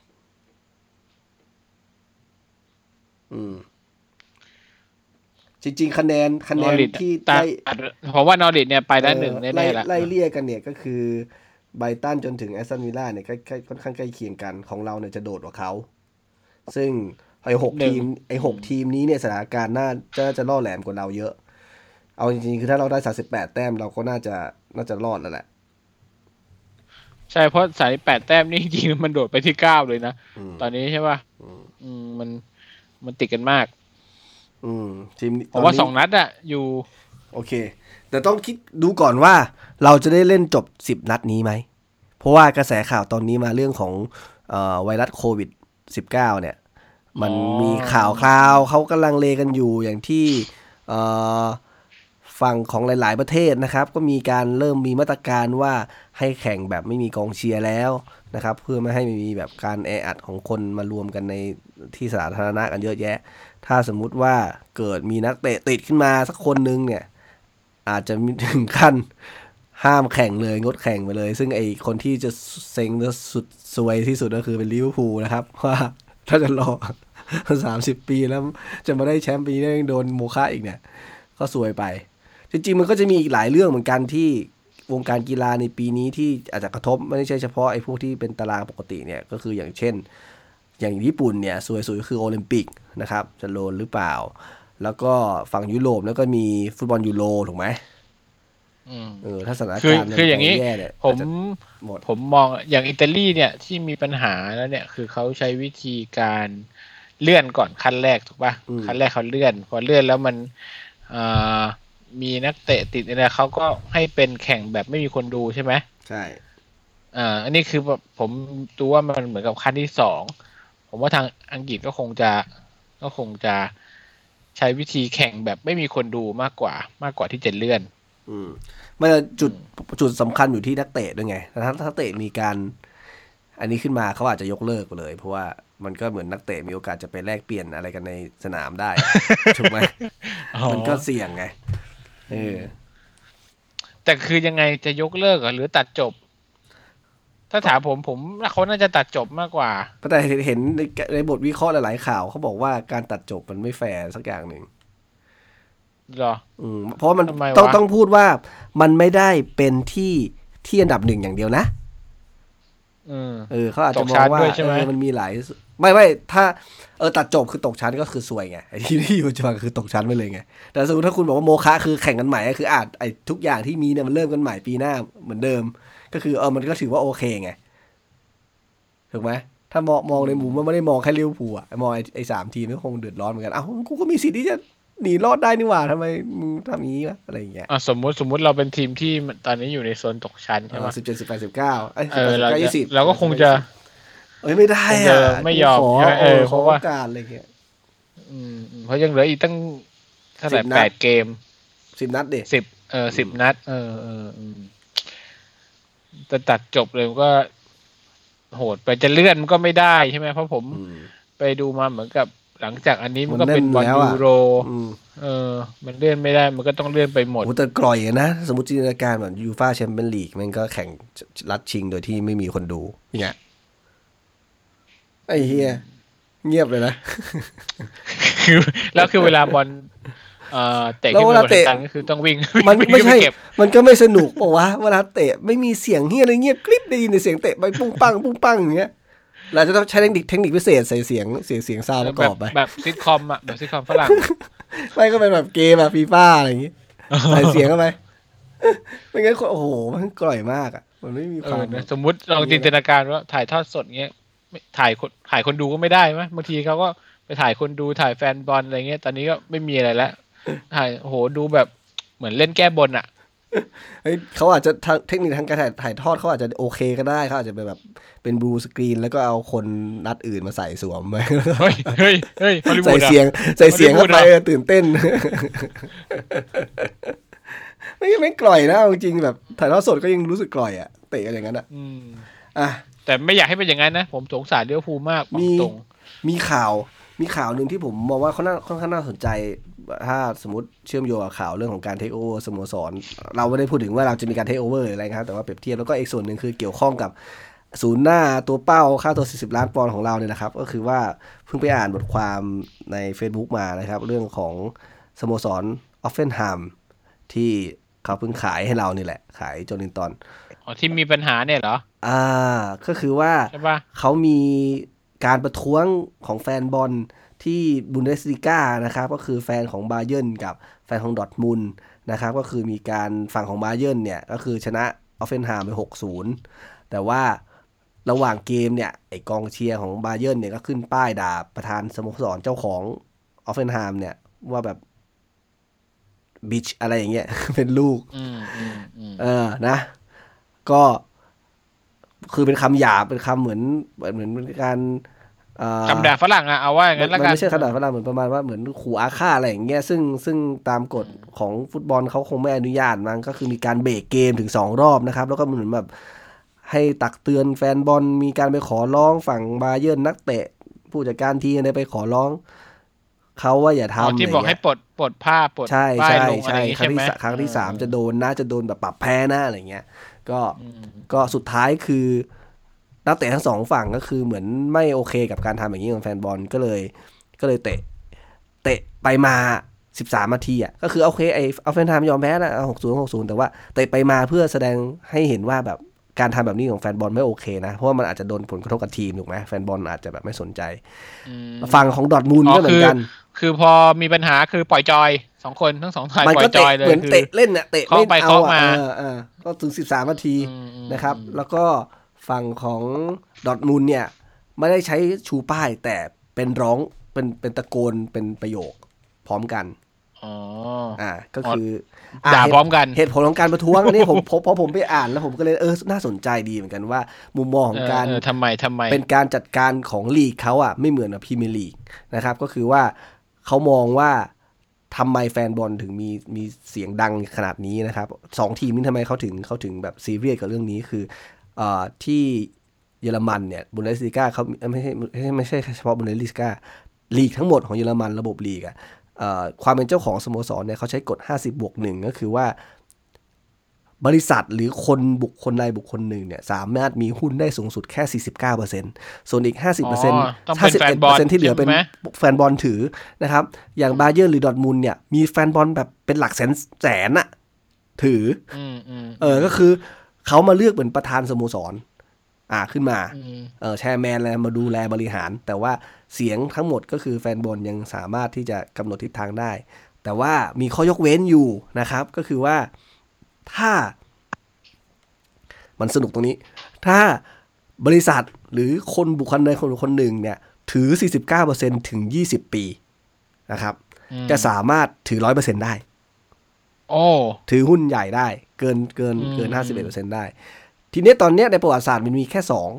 อืมจริงๆคะแนนคะแนนที่ได้ผมว่านอริชเนี่ยไปได้หนึ่งแน่ๆละไล่เลี่ยกันเนี่ยก็คือไบรตันจนถึงแอสตันวิลล่าเนี่ยใกล้ๆค่อนข้างใกล้เคียงกันของเราเนี่ยจะโดดกว่าเขาซึ่งไอ้หกทีมไอ้หกทีมนี้เนี่ยสถานการณ์น่าจะจะล่อแหลมกว่าเราเยอะเอาจริงๆคือถ้าเราได้สามสิบแปดแต้มเราก็น่าจะน่าจะรอดแล้วแหละใช่เพราะสามสิบแปดแต้มนี่จริงๆมันโดดไปที่เก้าเลยนะตอนนี้ใช่ป่ะอืมมันมันติดกันมากอืมทีมผมว่าสองนัดอะอยู่โอเคแต่ต้องคิดดูก่อนว่าเราจะได้เล่นจบสิบนัดนี้ไหมเพราะว่ากระแสข่าวตอนนี้มาเรื่องของเอ่อไวรัสโควิดสิบเก้าเนี่ยมันมีข่าวคราวเขากำลังเลกันอยู่อย่างที่เอ่อฝั่งของหลายๆประเทศนะครับก็มีการเริ่มมีมาตรการว่าให้แข่งแบบไม่มีกองเชียร์แล้วนะครับเพื่อไม่ให้มีแบบการแออัดของคนมารวมกันในที่สาธารณะกันเยอะแยะถ้าสมมุติว่าเกิดมีนักเตะติดขึ้นมาสักคนนึงเนี่ยอาจจะมีถึงขั้นห้ามแข่งเลยงดแข่งไปเลยซึ่งไอคนที่จะเซ็งและสุดซวยที่สุดก็คือเป็นลิเวอร์พูลนะครับว่าถ้าจะรอสามสิบปีแล้วจะมาได้แชมป์ปีนี้ยังโดนโมฆะอีกเนี่ยก็ซวยไปจริงๆมันก็จะมีอีกหลายเรื่องเหมือนกันที่วงการกีฬาในปีนี้ที่อาจจะกระทบไม่ใช่เฉพาะไอ้พวกที่เป็นตารางปกติเนี่ยก็คืออย่างเช่นอย่างญี่ปุ่นเนี่ยซวยๆคือโอลิมปิกนะครับจะโดนหรือเปล่าแล้วก็ฝั่งยุโรปแล้วก็มีฟุตบอลยูโรถูกไหมเออถ้าสถานการณ์คืออย่างนี้ผมผมมองอย่างอิตาลีเนี่ยที่มีปัญหาแล้วเนี่ยคือเขาใช้วิธีการเลื่อนก่อนขั้นแรกถูกป่ะขั้นแรกเขาเลื่อนพอเลื่อนแล้วมันมีนักเตะติดอะไรเขาก็ให้เป็นแข่งแบบไม่มีคนดูใช่ไหมใช่อ่าอันนี้คือผมดูว่ามันเหมือนกับขั้นที่สองผมว่าทางอังกฤษก็คงจะก็คงจะใช้วิธีแข่งแบบไม่มีคนดูมากกว่ามากกว่าที่จะเลื่อนอืมมันจุดจุดสำคัญอยู่ที่นักเตะด้วยไงถ้านักเตะมีการอันนี้ขึ้นมาเขาอาจจะยกเลิกไปเลยเพราะว่ามันก็เหมือนนักเตะมีโอกาสจะไปแลกเปลี่ยนอะไรกันในสนามได้ ถูกไหม มันก็เสี่ยงไงเออแต่คือยังไงจะยกเลิกหรือตัดจบถ้าถามผมผมเขาน่าจะตัดจบมากกว่าแต่เห็นในในบทวิเคราะห์หลายๆข่าวเขาบอกว่าการตัดจบมันไม่แฟร์สักอย่างหนึ่งหรออืมเพราะมันต้องต้องพูดว่ามันไม่ได้เป็นที่ที่อันดับหนึ่งอย่างเดียวนะเออเขาอาจจะมองว่าเออมันมีหลายไม่ไม่ถ้าเออตัดจบคือตกชั้นก็คือซวยไงไอ้ที่ที่อยู่ปัจจุบันคือตกชั้นไปเลยไงแต่สมมติถ้าคุณบอกว่าโมฆะคือแข่งกันใหม่ก็คืออาจไอ้ทุกอย่างที่มีเนี่ยมันเริ่มกันใหม่ปีหน้าเหมือนเดิมก็คือเออมันก็ถือว่าโอเคไงถูกไหมถ้ามองมองในมุมมันไม่ได้มองแค่ลิเวอร์พูลอะมองไอ้ไอ้สามทีมก็คงเดือดร้อนเหมือนกันอ้าวกูก็มีสิทธิ์ที่จะหนีรอดได้นี่หว่าทำไมมึงทำอย่างนี้วะอะไรอย่างเงี้ยอ่ะสมมติสมมติเราเป็นทีมที่ตอนนี้อยู่ในโซนตกชั้นใช่ไหมสิบเจ็ดสิบแปดสิบเก้าเออเราเราก็คงจะเอ้ยไม่ได้อ่ะไม่ยอมเออเพราะว่าการอะไรเงี้ยอืมเพราะยังเหลืออีกตั้งเท่าไหร่แปดเกมสิบนัดดิสิบเออสิบนัดเออเออแต่ตัดจบเลยก็โหดไปจะเลื่อนก็ไม่ได้ใช่ไหมเพราะผมไปดูมาเหมือนกับหลังจากอันนี้มันก็เป็นบอลยูโรเออมันเลื่อนไม่ได้มันก็ต้องเลื่อนไปหมดโอ้แต่กร่อยนะสมมติจินตนาการแบบยูฟ่าแชมเปี้ยนลีกมันก็แข่งรัดชิงโดยที่ไม่มีคนดูเนี่ยไอ้เฮียเงียบเลยนะคือแล้วคือเวลาบอลเอ่อเตะขึ้นมาตันก็คือต้องวิ่งมันไม่ใช่มันก็ไม่สนุกป่าววะเวลาเตะไม่มีเสียงเฮียอะไรเงียบกริบได้ยินแต่เสียงเตะไปปุ้งปังปุ้งปังอย่างเงี้ยเราจะต้องใช้เทคนิคเทคนิคพิเศษใส่เสียงเสียงเสียงซาวประกอบไปแบบซิทคอมอ่ะแบบซิทคอมฝรั่งไม่ก็เป็นแบบเกมแบบฟีฟ่าอะไรอย่างงี้ใส่เสียงเข้าไปไม่งั้นโอ้โหมันกร่อยมากอ่ะมันไม่มีความสมมุติลองจินตนาการว่าถ่ายทอดสดเงี้ยถ่ายคนถ่ายคนดูก็ไม่ได้ไหมบางทีเขาก็ไปถ่ายคนดูถ่ายแฟนบอลอะไรเงี้ยตอนนี้ก็ไม่มีอะไรแล้วถ่ายโอ้โหดูแบบเหมือนเล่นแก้บนอ่ะเฮ้ยเขาอาจจะเทคนิคทางการถ่ายถ่ายทอดเขาอาจจะโอเคก็ได้เขาอาจจะเป็นแบบเป็นบลูสกรีนแล้วก็เอาคนนัดอื่นมาใส่สวมไปเฮ้ยเฮ้ยเฮ้ยใส่เสียงใส่เสียงเข้าไปตื่นเต้นไม่ไม่กล่อยนะจริงๆแบบถ่ายทอดสดก็ยังรู้สึกกล่อยอ่ะเตะกันอย่างนั้นอ่ะอ่ะแต่ไม่อยากให้เป็นอย่างนั้นนะผมสงสารลิเวอร์พูลมากมีมีข่าวมีข่าวหนึ่งที่ผมมองว่าเขาน่าค่อนข้างน่าสนใจถ้าสมมติเชื่อมโยงกับข่าวเรื่องของการเทคโอเวอร์สโมสรเราไม่ได้พูดถึงว่าเราจะมีการเทคโอเวอร์อะไรครับแต่ว่าเปรียบเทียบแล้วก็อีกส่วนหนึ่งคือเกี่ยวข้องกับศูนย์หน้าตัวเป้าค่าตัวสี่สิบล้านปอนด์ของเราเนี่ยนะครับก็คือว่าเพิ่งไปอ่านบทความใน Facebook มานะครับเรื่องของสโมสรออฟเฟนไฮม์ที่เขาเพิ่งขายให้เรานี่แหละขายโจลินตันอ๋อที่มีปัญหาเนี่ยเหรออ่าก็คือว่าเขามีการประท้วงของแฟนบอลที่บุนเดสลิก้านะครับก็คือแฟนของบาเยิร์นกับแฟนของดอร์ทมุนด์นะครับก็คือมีการฝั่งของบาเยิร์นเนี่ยก็คือชนะออฟเฟนไฮม์ไป หกศูนย์ แต่ว่าระหว่างเกมเนี่ยไอกองเชียร์ของบาเยิร์นเนี่ยก็ขึ้นป้ายด่าประธานสโมสรเจ้าของออฟเฟนไฮม์เนี่ยว่าแบบบิชอะไรอย่างเงี้ย เป็นลูกเออนะก็คือเป็นคำหยาบเป็นคำเหมือนเหมือนเป็นการคำด่าฝรั่งอะเอาว่าอย่างนั้นละกันไม่ใช่คำด่าฝรั่งเหมือนประมาณว่าเหมือนขู่อาฆาตอะไรอย่างเงี้ยซึ่งซึ่งตามกฎของฟุตบอลเขาคงไม่อนุญาตมั้งก็คือมีการเบรกเกมถึงสองรอบนะครับแล้วก็เหมือนแบบให้ตักเตือนแฟนบอลมีการไปขอร้องฝั่งบาเยิร์นนักเตะผู้จัดการทีมเนี่ยไปขอร้องเขาว่าอย่าทำที่บอกให้ปลดปลดผ้าปลดป้ายลงอะไรใช่ไหมครั้งที่สามจะโดนนะจะโดนแบบปรับแพ้นะอะไรเงี้ยก็ก็สุดท้ายคือนักเตะทั้งสองฝั่งก็คือเหมือนไม่โอเคกับการทำอย่างนี้ของแฟนบอลก็เลยก็เลยเตะเตะไปมาสิบสามนาทีอ่ะก็คือโอเคไอ้เอาแฟนไทม์ยอมแพ้นะหกศูนย์ หกศูนย์แต่ว่าเตะไปมาเพื่อแสดงให้เห็นว่าแบบการทำแบบนี้ของแฟนบอลไม่โอเคนะเพราะว่ามันอาจจะโดนผลกระทบกับทีมถูกไหมแฟนบอลอาจจะแบบไม่สนใจฝั่งของดอร์ทมุนด์ก็เหมือนกันคือพอมีปัญหาคือปล่อยจอยสองคนทั้งสองฝ่ายปล่อยจอยเลยเหมือนเตะเล่นเนี่ยเตะไม่เอาอ่ะเออก็ถึงสิบสามนาทีนะครับแล้วก็ฝั่งของดอร์ทมุนด์เนี่ยไม่ได้ใช้ชูป้ายแต่เป็นร้องเป็นเป็นตะโกนเป็นประโยคพร้อมกันอ๋ออ่าก็คือด่าพร้อมกันเหตุผลของการประท้วงอันนี้ผมพอผมไปอ่านแล้วผมก็เลยเออน่าสนใจดีเหมือนกันว่ามุมมองของการทำไมทำไมเป็นการจัดการของลีกเขาอ่ะไม่เหมือนกับพรีเมียร์ลีกนะครับก็คือว่าเขามองว่าทำไมแฟนบอลถึงมีมีเสียงดังขนาดนี้นะครับสองทีมนี้ทำไมเขาถึงเขาถึงแบบซีเรียสกับเรื่องนี้คือเอ่อที่เยอรมันเนี่ยบุนเดสลิก้าเขาไม่ใช่ไม่ใช่ไม่ใช่เฉพาะบุนเดสลิก้าลีกทั้งหมดของเยอรมันระบบลีกอ่ะความเป็นเจ้าของสโมสรเนี่ยเขาใช้กฎห้าสิบบวกหนึ่งก็คือว่าบริษัทหรือคนบุคคลใดบุคคลหนึ่งเนี่ยสามารถมีหุ้นได้สูงสุดแค่ สี่สิบเก้าเปอร์เซ็นต์ ส่วนอีก ห้าสิบเปอร์เซ็นต์ ห้าสิบเอ็ดเปอร์เซ็นต์ ที่เหลือเป็นแฟนบอลถือนะครับอย่างบาเยิร์นหรือดอร์ทมุนด์เนี่ยมีแฟนบอลแบบเป็นหลักแสนแสนอะถือเออก็คือเขามาเลือกเป็นประธานสโมสรอ่าขึ้นมาเออแชร์แมนอะไรมาดูแลบริหารแต่ว่าเสียงทั้งหมดก็คือแฟนบอลยังสามารถที่จะกำหนดทิศทางได้แต่ว่ามีข้อยกเว้นอยู่นะครับก็คือว่าถ้ามันสนุกตรงนี้ถ้าบริษัทหรือคนบุคคลใดคนคนหนึ่งเนี่ยถือ สี่สิบเก้าเปอร์เซ็นต์ ถึงยี่สิบปีนะครับจะสามารถถือ ร้อยเปอร์เซ็นต์ ได้โอ้ถือหุ้นใหญ่ได้เกินเกินเกิน ห้าสิบเอ็ดเปอร์เซ็นต์ ได้ทีนี้ตอนนี้ในประวัติศาสตร์มันมีแค่2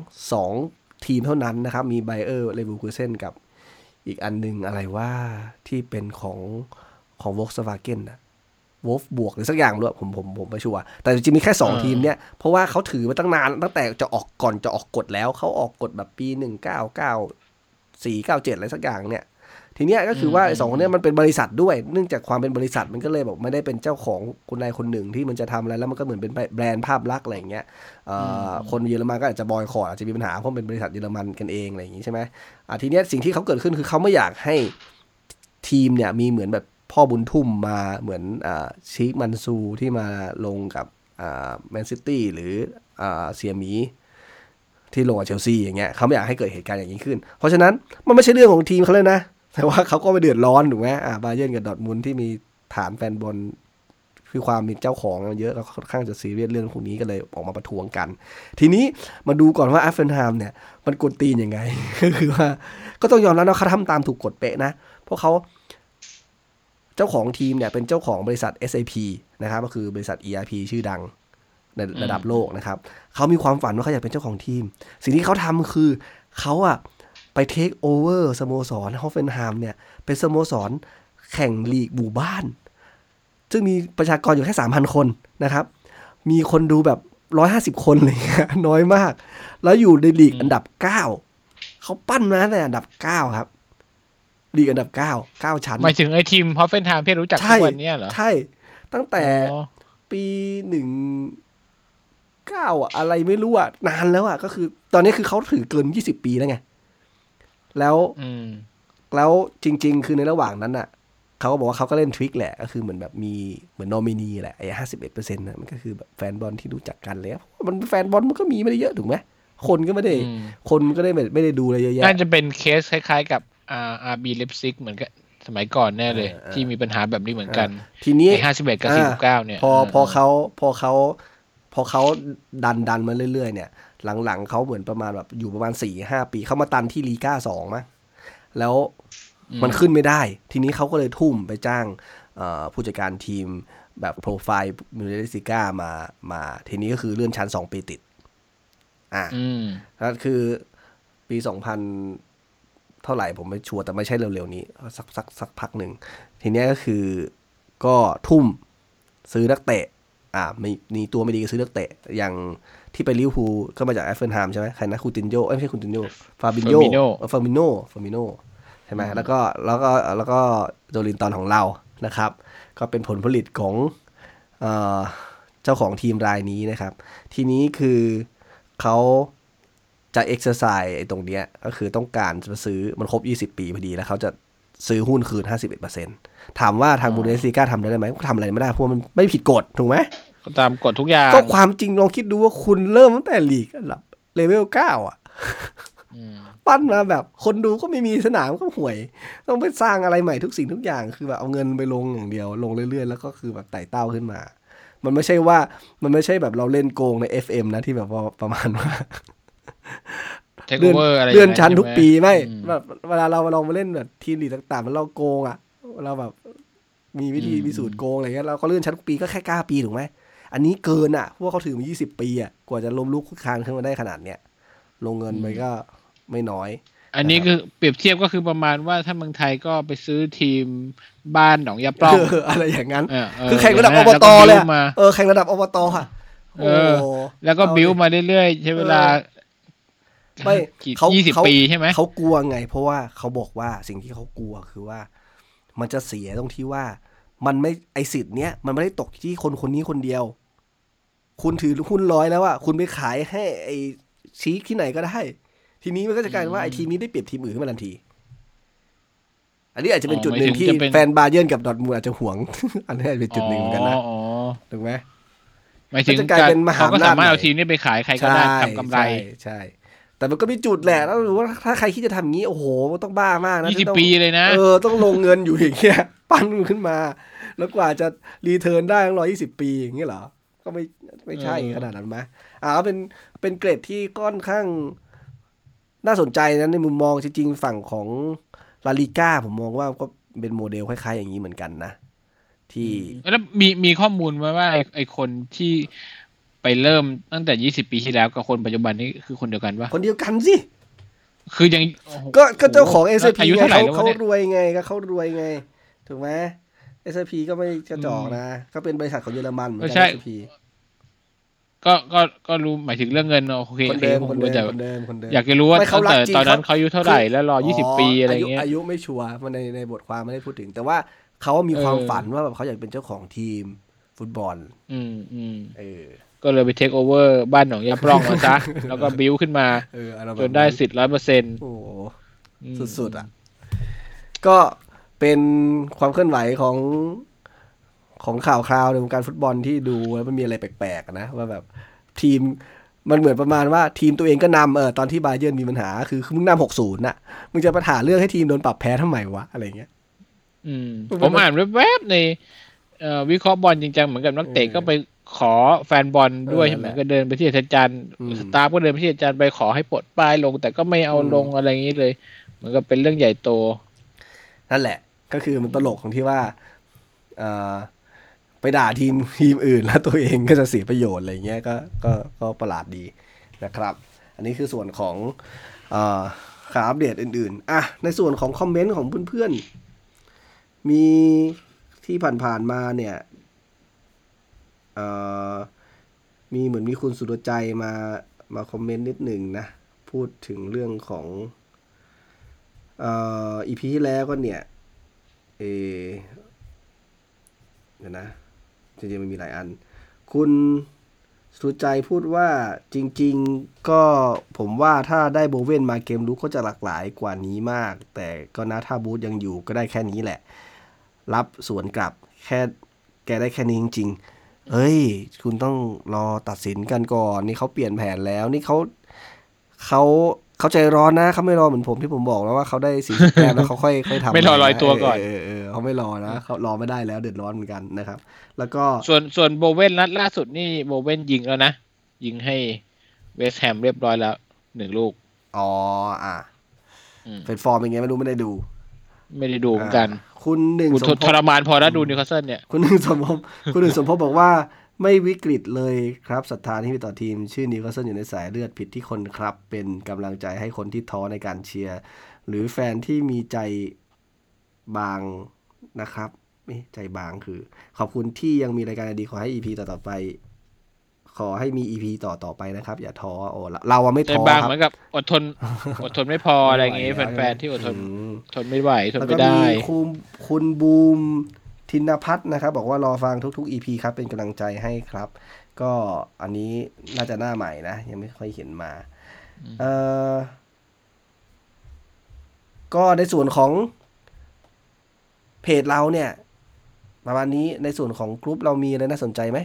2ทีมเท่านั้นนะครับมีไบเออร์เลเวอร์คูเซ่นกับอีกอันนึงอะไรว่าที่เป็นของของ Volkswagen นะวอล์ฟบวกหรือสักอย่างด้วยผมผมผมไม่ชัวร์แต่จริงๆมีแค่สองทีมเนี่ยเพราะว่าเขาถือมาตั้งนานตั้งแต่จะออกก่อนจะออกกฎแล้วเขาออกกฎแบบปีหนึ่งเก้าเก้าสี่ เก้าเจ็ดอะไรสักอย่างเนี่ยทีเนี้ยก็คือว่าไอ้สองคนเนี้ยมันเป็นบริษัทด้วยเนื่องจากความเป็นบริษัทมันก็เลยบอกไม่ได้เป็นเจ้าของคนใดคนหนึ่งที่มันจะทำอะไรแล้วมันก็เหมือนเป็นแบรนด์ภาพลักษณ์อะไรอย่างเงี้ยคนเยอรมันก็อาจจะบอยคอตอาจจะมีปัญหาเพราะเป็นบริษัทเยอรมันกันเองอะไรอย่างงี้ใช่ไหมทีเนี้ยสิ่งที่เขาเกิดขึ้นคือเขาไม่อยากให้ทีมเนี่ยมีเหมือนแบบพ่อบุญทุ่มมาเหมือนชีคมันซูที่มาลงกับแมนซิตี้หรือเซียมีที่ลงกับเชลซีอย่างเงี้ยเขาไม่อยากให้เกิดเหตุการณ์อย่างนี้ขึ้นเพราะฉะนั้นมันไม่ใช่เรื่องของทีมเขาเลยนะแต่ว่าเขาก็ไม่เดือดร้อนถูกไหมอ่าบาเยิร์นกับดอร์ทมุนด์ที่มีฐานแฟนบอลคือความมีเจ้าของเยอะแล้วค่อนข้างจะซีเรียสเรื่องพวกนี้ก็เลยออกมาประท้วงกันทีนี้มาดูก่อนว่าออฟเฟนไฮม์เนี่ยมันกดตีนยังไงก็คือว่าก็ต้องยอมรับว่าเขาทำตามถูกกฎเป๊ะนะเพราะเขาเจ้าของทีมเนี่ยเป็นเจ้าของบริษัท เอส เอ พี นะครับก็คือบริษัท อี อาร์ พี ชื่อดังในระดับโลกนะครับเขามีความฝันว่าเขาอยากเป็นเจ้าของทีมสิ่งที่เขาทำคือเขาอะไปเทคโอเวอร์สโมสรฮอฟเฟนไฮม์เนี่ยเป็นสโมสรแข่งลีกหมู่บ้านซึ่งมีประชากรอยู่แค่ สามพัน คนนะครับมีคนดูแบบหนึ่งร้อยห้าสิบคนเลยน้อยมากแล้วอยู่ในลีกอันดับเก้าเขาปั้นมาตั้งแต่อันดับเก้าครับลีกอันดับเก้า เก้าชั้นหมายถึงไอ้ทีมฮอฟเฟนไฮม์ที่รู้จักทุกวันนี้เหรอใช่ตั้งแต่ปีหนึ่งเก้าอ่ะอะไรไม่รู้อ่ะนานแล้วอ่ะก็คือตอนนี้คือเขาถือเกินยี่สิบปีแล้วไงแล้วแล้วจริงๆคือในระหว่างนั้นอ่ะเขาก็บอกว่าเขาก็เล่นทริคแหละก็คือเหมือนแบบมีเหมือนนอมินีแหละไอ้ห้าสิบเอ็ดเปอร์เซ็นต์น่ะมันก็คือแบบแฟนบอลที่รู้จักกันเลยมันแฟนบอลมันก็มีไม่ได้เยอะถูกไหมคนก็ไม่ได้คนก็ได้ไม่ได้ดูอะไรเยอะแยะน่าจะเป็นเคสคล้ายๆกับอ่าอาร์บีเลปซิกเหมือนกันสมัยก่อนแน่เลยที่มีปัญหาแบบนี้เหมือนกันทีนี้ห้าสิบเอ็ดกับสี่สิบเก้าเนี่ยพอพอเขาพอเขาพอเขาดันดันมาเรื่อยๆเนี่ยหลังๆเขาเหมือนประมาณแบบอยู่ประมาณ สี่ห้า ปีเขามาตันที่ลีก้าสองมั้งแล้วมันขึ้นไม่ได้ทีนี้เขาก็เลยทุ่มไปจ้างผู้จัดการทีมแบบโปรไฟล์มิเลซิก้ามามาทีนี้ก็คือเลื่อนชั้นสองปีติดอ่าก็คือปีสองพันเท่าไหร่ผมไม่ชัวร์แต่ไม่ใช่เร็วๆนี้สักสักสักพักหนึ่งทีนี้ก็คือก็ทุ่มซื้อนักเตะอ่ามีมีตัวไม่ดีก็ซื้อนักเตะอย่างที่ไปลิเวอร์พูลก็มาจากแอฟเฟนไฮม์ใช่ไหมใครนะคูตินโญ่ไม่ใช่คูตินโญ่ฟาบินโญ่ฟาบิโน่ฟาบิโน่ใช่ไหมแล้วก็แล้วก็แล้วก็โจลินตันของเรานะครับก็เป็นผลผลิตของเอ่อเจ้าของทีมรายนี้นะครับทีนี้คือเขาจะเอ็กซ์ไซส์ไอ้ตรงเนี้ยก็คือต้องการจะซื้อมันครบยี่สิบปีพอดีแล้วเขาจะซื้อหุ้นคืน ห้าสิบเอ็ดเปอร์เซ็นต์ ถามว่าทางบูเดสลีกาทำได้ไหมก็ทำอะไรไม่ได้เพราะมันไม่ผิดกฎถูกไหมตามกฎทุกอย่างก็ความจริงลองคิดดูว่าคุณเริ่มตั้งแต่ลีกอันดับเลเวลเก้าอ่ะปั้นมาแบบคนดูก็ไม่มีสนามก็ห่วยต้องไปสร้างอะไรใหม่ทุกสิ่งทุกอย่างคือแบบเอาเงินไปลงอย่างเดียวลงเรื่อยๆแล้วก็คือแบบไต่เต้าขึ้นมามันไม่ใช่ว่ามันไม่ใช่แบบเราเล่นโกงใน เอฟ เอ็ม นะที่แบบว่าประมาณว่าเลื่อนเลื่อนชั้นทุกปีไม่แบบเวลาเราลองมาเล่นแบบทีมลีกต่างๆมันเราโกงอ่ะเราแบบมีวิธีมีสูตรโกงอะไรเงี้ยเราก็เลื่อนชั้นทุกปีก็แค่เก้าปีถูกไหมอันนี้เกินอ่ะเพราะว่าเขาถือมายี่สิบปีอ่ะกว่าจะล้มลุกคลุกคลานขึ้นมาได้ขนาดเนี้ยลงเงินไปก็ไม่น้อยอันนี้คือเปรียบเทียบก็คือประมาณว่าถ้าเมืองไทยก็ไปซื้อทีมบ้านหนองยาปล้องอะไรอย่างนั้นคือแข่งระดับอบตเลยเออแข่งระดับอบตค่ะโอ้แล้วก็บิ้วมาเรื่อยๆใช้เวลาไม่เขายี่สิบปีใช่ไหมเขากลัวไงเพราะว่าเขาบอกว่าสิ่งที่เขากลัวคือว่ามันจะเสียตรงที่ว่ามันไม่ไอสิทธิ์เนี้ยมันไม่ได้ตกที่คนคนนี้คนเดียวคุณถือหุ้นร้อยแล้วอ่ะคุณไปขายให้ไอชี้ที่ไหนก็ได้ทีนี้มันก็จะกลายเป็นว่าไอทีมนี้ได้เปรียบทีมอื่นขึ้นมาทันทีอันนี้อาจจะเป็นจุดหนึ่งที่แฟนบาเยิร์นกับดอร์ทมุนด์อาจจะหวงอันนี้อาจจะเป็นจุดหนึ่งเหมือนกันนะถูกไหมหมายถึงกลายเป็นมหาอำนาจเขาก็สามารถเอาทีมนี้ไปขายใครก็ได้ทำกำไรใช่แต่มันก็มีจุดแหละแล้วรู้ว่าถ้าใครคิดจะทำอย่างนี้โอ้โหต้องบ้ามากนะยี่สิบปีเลยนะเออต้องลงเงินอยู่อย่างเงี้ยปั้นมันขึ้นมาแล้วกว่าจะรีเทิร์นได้ต้องรอยี่สิบปีอย่างเงี้ยเหรอก็ไม่ไม่ใช่ขนาดนั้นมั้ยอ่าเป็นเป็นเกรดที่ค่อนข้างน่าสนใจนะในมุมมองจริงๆฝั่งของลาลิก้าผมมองว่าก็เป็นโมเดลคล้ายๆอย่างนี้เหมือนกันนะที่แล้วมีมีข้อมูลไว้ว่าไอ้คนที่ไปเริ่มตั้งแต่ยี่สิบปีที่แล้วกับคนปัจจุบันนี้คือคนเดียวกันปะคนเดียวกันสิคือยังก็ก็เจ้าของ เอส พี ไงเขาเขารวยไงก็เขารวยไงถูกไหม เอส พี ก็ไม่กระจอกนะก็เป็นบริษัทของเยอรมันเหมือนกัน เอส พีก็ก็ก็รู้หมายถึงเรื่องเงินโอเคคนเดิมคนเดิมคนเดิมคนเดิมอยากจะรู้ว่าแต่ตอนนั้นเขาอายุเท่าไหร่แล้วรอยี่สิบปีอะไรเงี้ยอายุไม่ชัวร์มันในในบทความไม่ได้พูดถึงแต่ว่าเขามีความฝันว่าแบบเขาอยากเป็นเจ้าของทีมฟุตบอลอืมอืมเออก็เลยไปเทคโอเวอร์บ้านหนองยาปล้องมาซะแล้วก็บิ้วขึ้นมาจนได้สิทธิ์ ร้อยเปอร์เซ็นต์โอ้สุดๆอ่ะก็เป็นความเคลื่อนไหวของของข่าวคราวในวงการฟุตบอลที่ดูแล้วมันมีอะไรแปลกๆนะว่าแบบทีมมันเหมือนประมาณว่าทีมตัวเองก็นำเออตอนที่บาเยิร์นมีปัญหาคือมึงนำหกศูนย์น่ะมึงจะปัญหาเรื่องให้ทีมโดนปรับแพ้ทำไมวะอะไรเงี้ยอืมผมอ่านแวบๆในเอ่อวิเคราะห์บอลจริงจังเหมือนกับนักเตะก็ไปขอแฟนบอลด้วยใช่ไหมก็เดินไปที่อาจารย์สตาฟก็เดินไปที่อาจารย์ไปขอให้ปลดป้ายลงแต่ก็ไม่เอาลงอะไรอย่างนี้เลยเหมือนกับเป็นเรื่องใหญ่โตนั่นแหละก็คือมันตลกของที่ว่าเอ่อไปด่าทีมทีมอื่นแล้วตัวเองก็จะเสียประโยชน์อะไรเงี้ยก็ก็ก็ประหลาดดีนะครับอันนี้คือส่วนของเอ่อข่าวอัปเดตอื่นๆอ่ะในส่วนของคอมเมนต์ของเพื่อนๆมีที่ผ่านๆมาเนี่ยเอ่อมีเหมือนมีคุณสุรใจมามาคอมเมนต์นิดหนึ่งนะพูดถึงเรื่องของเเอ่อ อี พี ที่แล้วก็เนี่ยเอเดี๋ยวนะจริงๆมันมีหลายอันคุณสุใจพูดว่าจริงๆก็ผมว่าถ้าได้โบเว่นมาเกมลุกก็จะหลากหลายกว่านี้มากแต่ก็นะถ้าบูธยังอยู่ก็ได้แค่นี้แหละรับสวนกลับแค่แกได้แค่นี้จริงๆเฮ้ยคุณต้องรอตัดสินกันก่อนนี่เขาเปลี่ยนแผนแล้วนี่เขาเขาเขาใจร้อนนะเขาไม่รอเหมือนผมที่ผมบอกแล้วว่าเขาได้สี่สิบแต้มแล้วเขาค่อยค่อยทำไม่รอลอยตัวก่อนเออเออเขาไม่รอนะเขารอไม่ได้แล้วเดือดร้อนเหมือนกันนะครับแล้วก็ส่วนส่วนโบเว่นนัดล่าสุดนี่โบเว่นยิงแล้วนะยิงให้เวสต์แฮมเรียบร้อยแล้วหนึ่งลูกอ๋ออ่ะเป็นฟอร์มเป็นไงไม่รู้ไม่ได้ดูไม่ได้ดูเหมือนกันคุณหนึ่งสมภพทรมานพอแล้วดูนิวคาสเซิลเนี่ยคุณหนึ่งสมภพคุณหนึ่งสมภพบอกว่าไม่วิกฤตเลยครับศรัทธาที่มีต่อทีมชื่อนิวคาสเซิลอยู่ในสายเลือดผิดที่คนครับเป็นกำลังใจให้คนที่ท้อในการเชียร์หรือแฟนที่มีใจบางนะครับไม่ใจบางคือขอบคุณที่ยังมีรายการดีขอให้ อี พี ต่อๆไปขอให้มี อี พี ต่อต่อไปนะครับอย่าท้อโอ้เราอะไม่ท้อครับเหมือนกับอดทนอดทนไม่พออะไรอย่างงี้แฟนๆที่อดทนทนไม่ไหวทนไม่ได้แล้วก็มีคุณคุณบูมธินพัฒน์นะครับบอกว่ารอฟังทุกๆ อี พี ครับเป็นกำลังใจให้ครับก็อันนี้น่าจะหน้าใหม่นะยังไม่ค่อยเห็นมาเอ่อก็ในส่วนของเพจเราเนี่ยประมาณนี้ในส่วนของกลุ่มเรามีอะไรน่าสนใจไหม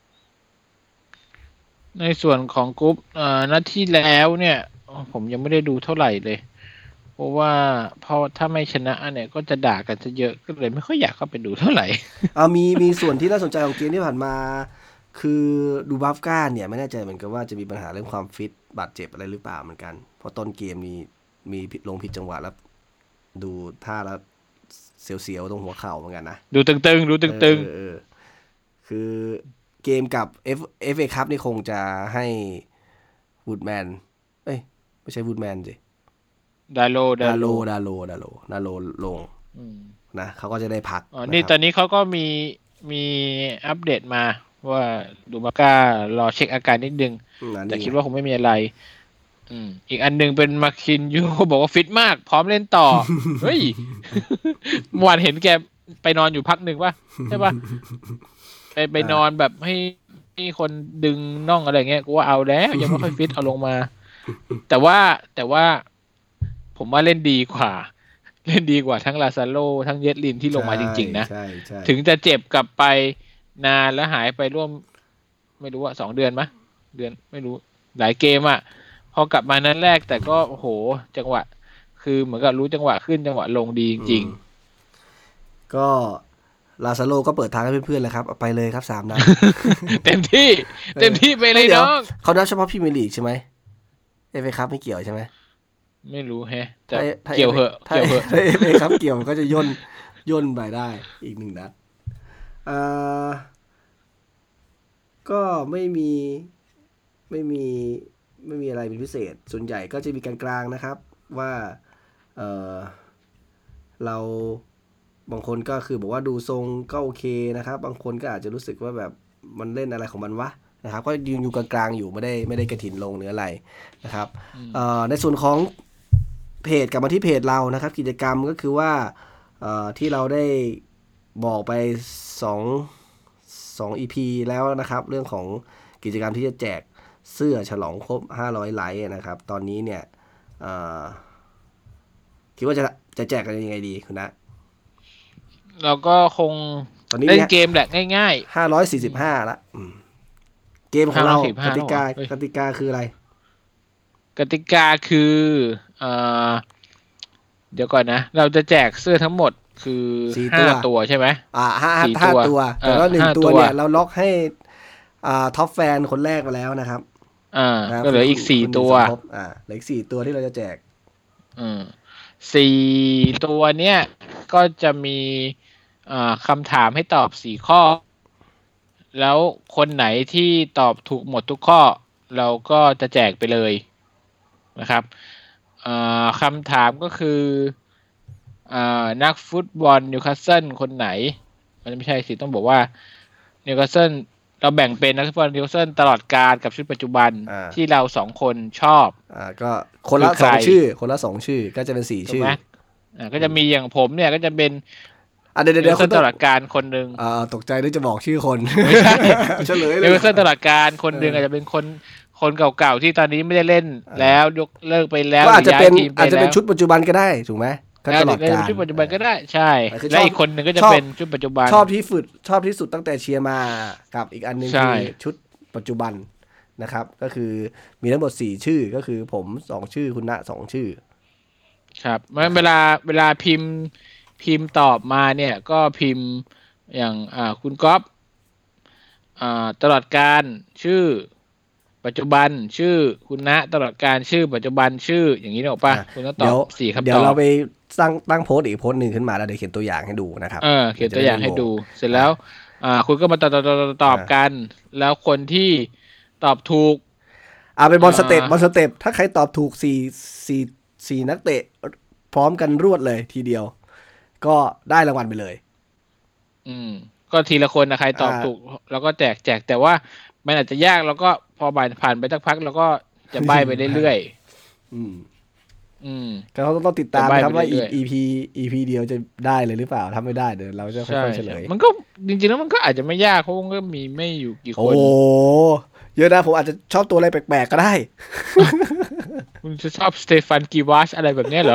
ในส่วนของกรุ๊ปเอ่อนัดที่แล้วเนี่ยผมยังไม่ได้ดูเท่าไหร่เลยเพราะว่าพอถ้าไม่ชนะเนี่ยก็จะด่ากันซะเยอะก็เลยไม่ค่อยอยากเข้าไปดูเท่าไหร่เอามีมีส่วนที่น่าสนใจของเกมที่ผ่านมาคือดูบัฟก้าเนี่ยไม่แน่ใจเหมือนกันว่าจะมีปัญหาเรื่องความฟิตบาดเจ็บอะไรหรือเปล่าเหมือนกันเพราะต้นเกมมีมีผิดลงผิดจังหวะแล้วดูท่าแล้วเสียวๆตรงหัวเข่าเหมือนกันนะดูตึงๆดูตึงๆเออคือเกมกับ F เอฟ เอ Cup นี่คงจะให้วูดแมนเอ้ยไม่ใช่วูดแมนสิดาโลดาโลดาโลดาโลดาโลลงนะเขาก็จะได้พักอ๋อนี่ตอนนี้เขาก็มีมีอัปเดตมาว่าดูมาก้ารอเช็คอาการนิดนึงแต่คิดว่าคงไม่มีอะไรอืมอีกอันนึงเป็นมาคินยูบอกว่าฟิตมากพร้อมเล่นต่อเฮ้ยเมื่อวานเห็นแกไปนอนอยู่พักหนึ่งป่ะใช่ป่ะไปไปนอนแบบให้ให้คนดึงน่องอะไรเงี้ยกูว่าเอาแล้วยังไม่ค่อยฟิตเอาลงมาแต่ว่าแต่ว่าผมว่าเล่นดีกว่าเล่นดีกว่าทั้งลาซาโลทั้งเยสลินที่ลงมาจริงๆนะถึงจะเจ็บกลับไปนานแล้วหายไปร่วมไม่รู้ว่าสองเดือนมั้ยเดือนไม่รู้หลายเกมอ่ะพอกลับมานั้นแรกแต่ก็โอ้โหจังหวะคือเหมือนกับรู้จังหวะขึ้นจังหวะลงดีจริงๆก็ลาซาโลก็เปิดทางให้เพื่อนๆเลยครับเอาไปเลยครับสามนัดเต็มที่เต็มที่ไปเลยน้องเขานับเฉพาะพรีเมียร์ลีกใช่ไหมเอฟเอคัพไม่เกี่ยวใช่ไหมไม่รู้แฮะแต่เกี่ยวเหอะเกี่ยวเหอะถ้าเอฟเอคัพเกี่ยวก็จะย่นย่นไปได้อีกหนึ่งนัดอ่าก็ไม่มีไม่มีไม่มีอะไรเป็นพิเศษส่วนใหญ่ก็จะมีกลางๆนะครับว่าเออเราบางคนก็คือบอกว่าดูทรงก็โอเคนะครับบางคนก็อาจจะรู้สึกว่าแบบมันเล่นอะไรของมันวะนะครับก็ยืนอยู่กลางๆอยู่ไม่ได้ไม่ได้กระถิ่นลงเนื้ออะไรนะครับในส่วนของเพจกลับมาที่เพจเรานะครับกิจกรรมก็คือว่าที่เราได้บอกไปสอง สอง อี พี แล้วนะครับเรื่องของกิจกรรมที่จะแจกเสื้อฉลองครบห้าร้อยไลค์นะครับตอนนี้เนี่ยคิดว่าจะจะแจกกันยังไงดีคุณนะเราก็คงเล่นเกมแหละง่ายๆห้าร้อยสี่สิบห้าละเกมของเรากติกากติกาคืออะไรกติกาคือเอ่อเดี๋ยวก่อนนะเราจะแจกเสื้อทั้งหมดคือห้าตัวใช่ไหมอ่าห้าห้าตัวแต่ว่าหนึ่งตัวเนี่ยเราล็อกให้อ่าท็อปแฟนคนแรกไปแล้วนะครับอ่าก็เหลืออีกสี่ตัวอ่าเหลืออีกสี่ตัวที่เราจะแจกอืมสี่ตัวเนี้ยก็จะมีอ่าคำถามให้ตอบสี่ข้อแล้วคนไหนที่ตอบถูกหมดทุกข้อเราก็จะแจกไปเลยนะครับอ่าคำถามก็คืออ่านักฟุตบอลนิวคาสเซิลคนไหนมันไม่ใช่สิต้องบอกว่านิวคาสเซิลเราแบ่งเป็นนักฟุตบอลนิวคาสเซิลตลอดกาลกับชุดปัจจุบันที่เราสองคนชอบอ่าก็คนละสองชื่อคนละสองชื่อก็จะเป็นสี่ชื่ออ่าก็จะมีอย่างผมเนี่ยก็จะเป็นอ่ะเดี๋ยวเดี๋ยวคุณตลอดการคนนึงอ่าตกใจนึกจะบอกชื่อคนไม่ใช่เฉลยเลยเรื่องตลอดการคนนึงอาจจะเป็นคนคนเก่าๆที่ตอนนี้ไม่ได้เล่นแล้วยกเลิกไปแล้วก็อาจจะเป็นอาจจะเป็นชุดปัจจุบันก็ได้ถูกไหมก็ตลอดการชุดปัจจุบันก็ได้ใช่และอีกคนนึงก็จะเป็นชุดปัจจุบันชอบที่สุดชอบที่สุดตั้งแต่เชียร์มากับอีกอันนึงคือชุดปัจจุบันนะครับก็คือมีทั้งหมดสี่ชื่อก็คือผมสองชื่อคุณณสองชื่อครับเวลาเวลาพิมพ์พิมพ์ตอบมาเนี่ยก็พิมพ์อย่างอ่าคุณก๊อฟอ่าตลอดการชื่อปัจจุบันชื่อคุณณตลอดการชื่อปัจจุบันชื่ออย่างนี้หรอป่ะคุณต้องตอบสี่คำตอบเดี๋ยวเราไปตั้งตั้งโพสต์อีกโพสต์นึงขึ้นมาแล้วเดี๋ยวเขียนตัวอย่างให้ดูนะครับเออเขียนตัวอย่างให้ดูเสร็จแล้วอ่าคุณก็มาตอบตอบตอบกันแล้วคนที่ตอบถูกอ่าเป็นบอลสเต็ปบอลสเต็ปถ้าใครตอบถูกสี่สี่สี่นักเตะพร้อมกันรวดเลยทีเดียวก็ได้รางวัลไปเลยอืมก็ทีละคนนะใครตอบถูกแล้วก็แจกแจกแต่ว่ามันอาจจะยากแล้วก็พอผ่านไปสักพักแล้วก็จะใบ้ไปเรื่อยๆอืมอืมก็เราต้องติดตามครับว่า อี พี อี พี เดียวจะได้เลยหรือเปล่าถ้าไม่ได้เดี๋ยวเราจะค่อยๆเฉลยมันก็จริงๆแล้วมันก็อาจจะไม่ยากเพราะมันก็มีไม่อยู่กี่คนโอ้เยอะนะผมอาจจะชอบตัวอะไรแปลกๆก็ได้คุณจะชอบสเตฟานกีวาชอะไรแบบนี้เหรอ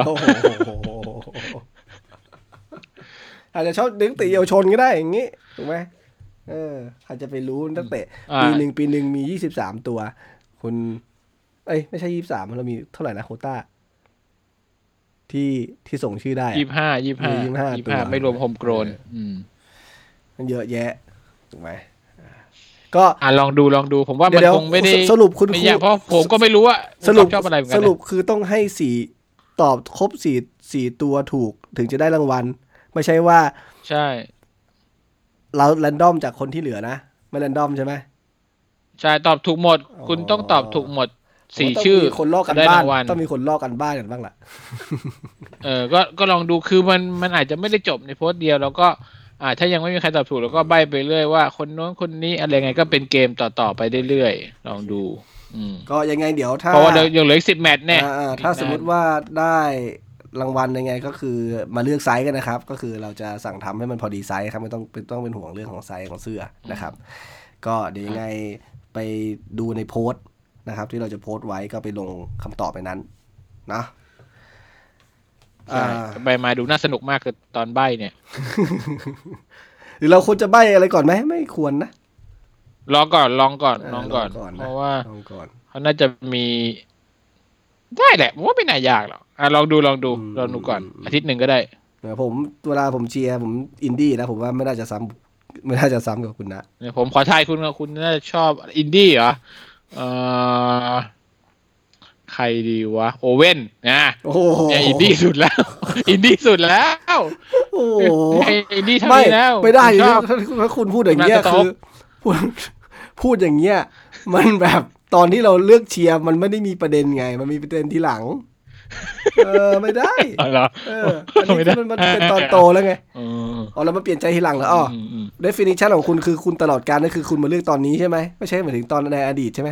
อาจจะชอบดึงตีเยาวชนก็ได้อย่างงี้ถูกไหมเอออาจจะไปรู้นักเตะปีหนึ่งปีหนึ่งมียี่สิบสามตัวคุณเอ้ยไม่ใช่ยี่สิบสามเรามีเท่าไหร่นะโควต้าที่ที่ส่งชื่อได้ยี่สิบห้ายี่สิบห้ายี่สิบห้าตัวไม่รวมโฮมโกรนอืมมันเยอะแยะถูกไหมก็อ่าลองดูลองดูผมว่ามันคงไม่ได้สรุปคุณครูเพราะผมก็ไม่รู้ว่าสรุปชอบอะไรเหมือนกันสรุปคือต้องให้สี่ตอบครบสี่สี่ตัวถูกถึงจะได้รางวัลไม่ใช่ว่าใช่เราแรนดอมจากคนที่เหลือนะไม่แรนดอมใช่ไหมใช่ตอบถูกหมดคุณต้องตอบถูกหมดสี่ชื่อคนลอกกันบ้านต้องมีคนลอกกันบ้านกันบ้างแหละเออก็ก็ลองดูคือมันมันอาจจะไม่ได้จบในโพสต์เดียวแล้วก็อ่าถ้ายังไม่มีใครตอบถูกแล้วก็ใบ้ไปเรื่อยว่าคนโน้นคนนี้อะไรไงก็เป็นเกมต่อๆไปเรื่อยๆลองดูอืมก็ยังไงเดี๋ยวถ้าเพราะว่ายังเหลืออีกสิบแมตช์แน่ถ้าสมมติว่าได้รางวัลยังไงก็คือมาเลือกไซส์กันนะครับก็คือเราจะสั่งทำให้มันพอดีไซส์ครับไม่ต้องต้องเป็นห่วงเรื่องของไซส์ของเสื้อนะครับก็เดี๋ยวยังไงไปดูในโพสต์นะครับที่เราจะโพสต์ไว้ก็ไปลงคำตอบไปนั้นนะใช่ใบมาดูน่าสนุกมากคือตอนใบเนี่ยหรือเราควรจะใบอะไรก่อนไหมไม่ควรนะลองก่อนลองก่อนลองก่อนเพราะว่าเขาน่าจะมีได้แหละผมว่าไม่น่ายากหรอกอ่ะลองดูลองดูลองดูก่อนอาทิตย์หนึ่งก็ได้ผมเวลาผมเชียร์ผมอินดี้นะผมว่าไม่น่าจะซ้ำไม่น่าจะซ้ำกับคุณนะผมขอทายคุณคุณน่าจะชอบอินดี้เหรอเอ่อใครดีวะโอเว่นนะเนี่ยอินดี้สุดแล้วอินดี้สุดแล้วโอ้อินดี้เท่านี้แล้วไม่ได้ถ้าคุณพูดอย่างเงี้ยคือพูดพูดอย่างเงี้ยมันแบบตอนที่เราเลือกเชียร์มันไม่ได้มีประเด็นไงมันมีประเด็นทีหลังเออไม่ได้เอออันนี้มันมันเป็นตอนโตแล้วไงอ๋อแล้วมาเปลี่ยนใจทีหลังแล้วอ๋อ definition ของคุณคือคุณตลอดกาลนั่นคือคุณมาเลือกตอนนี้ใช่ไหมไม่ใช่หมายถึงตอนในอดีตใช่ไหม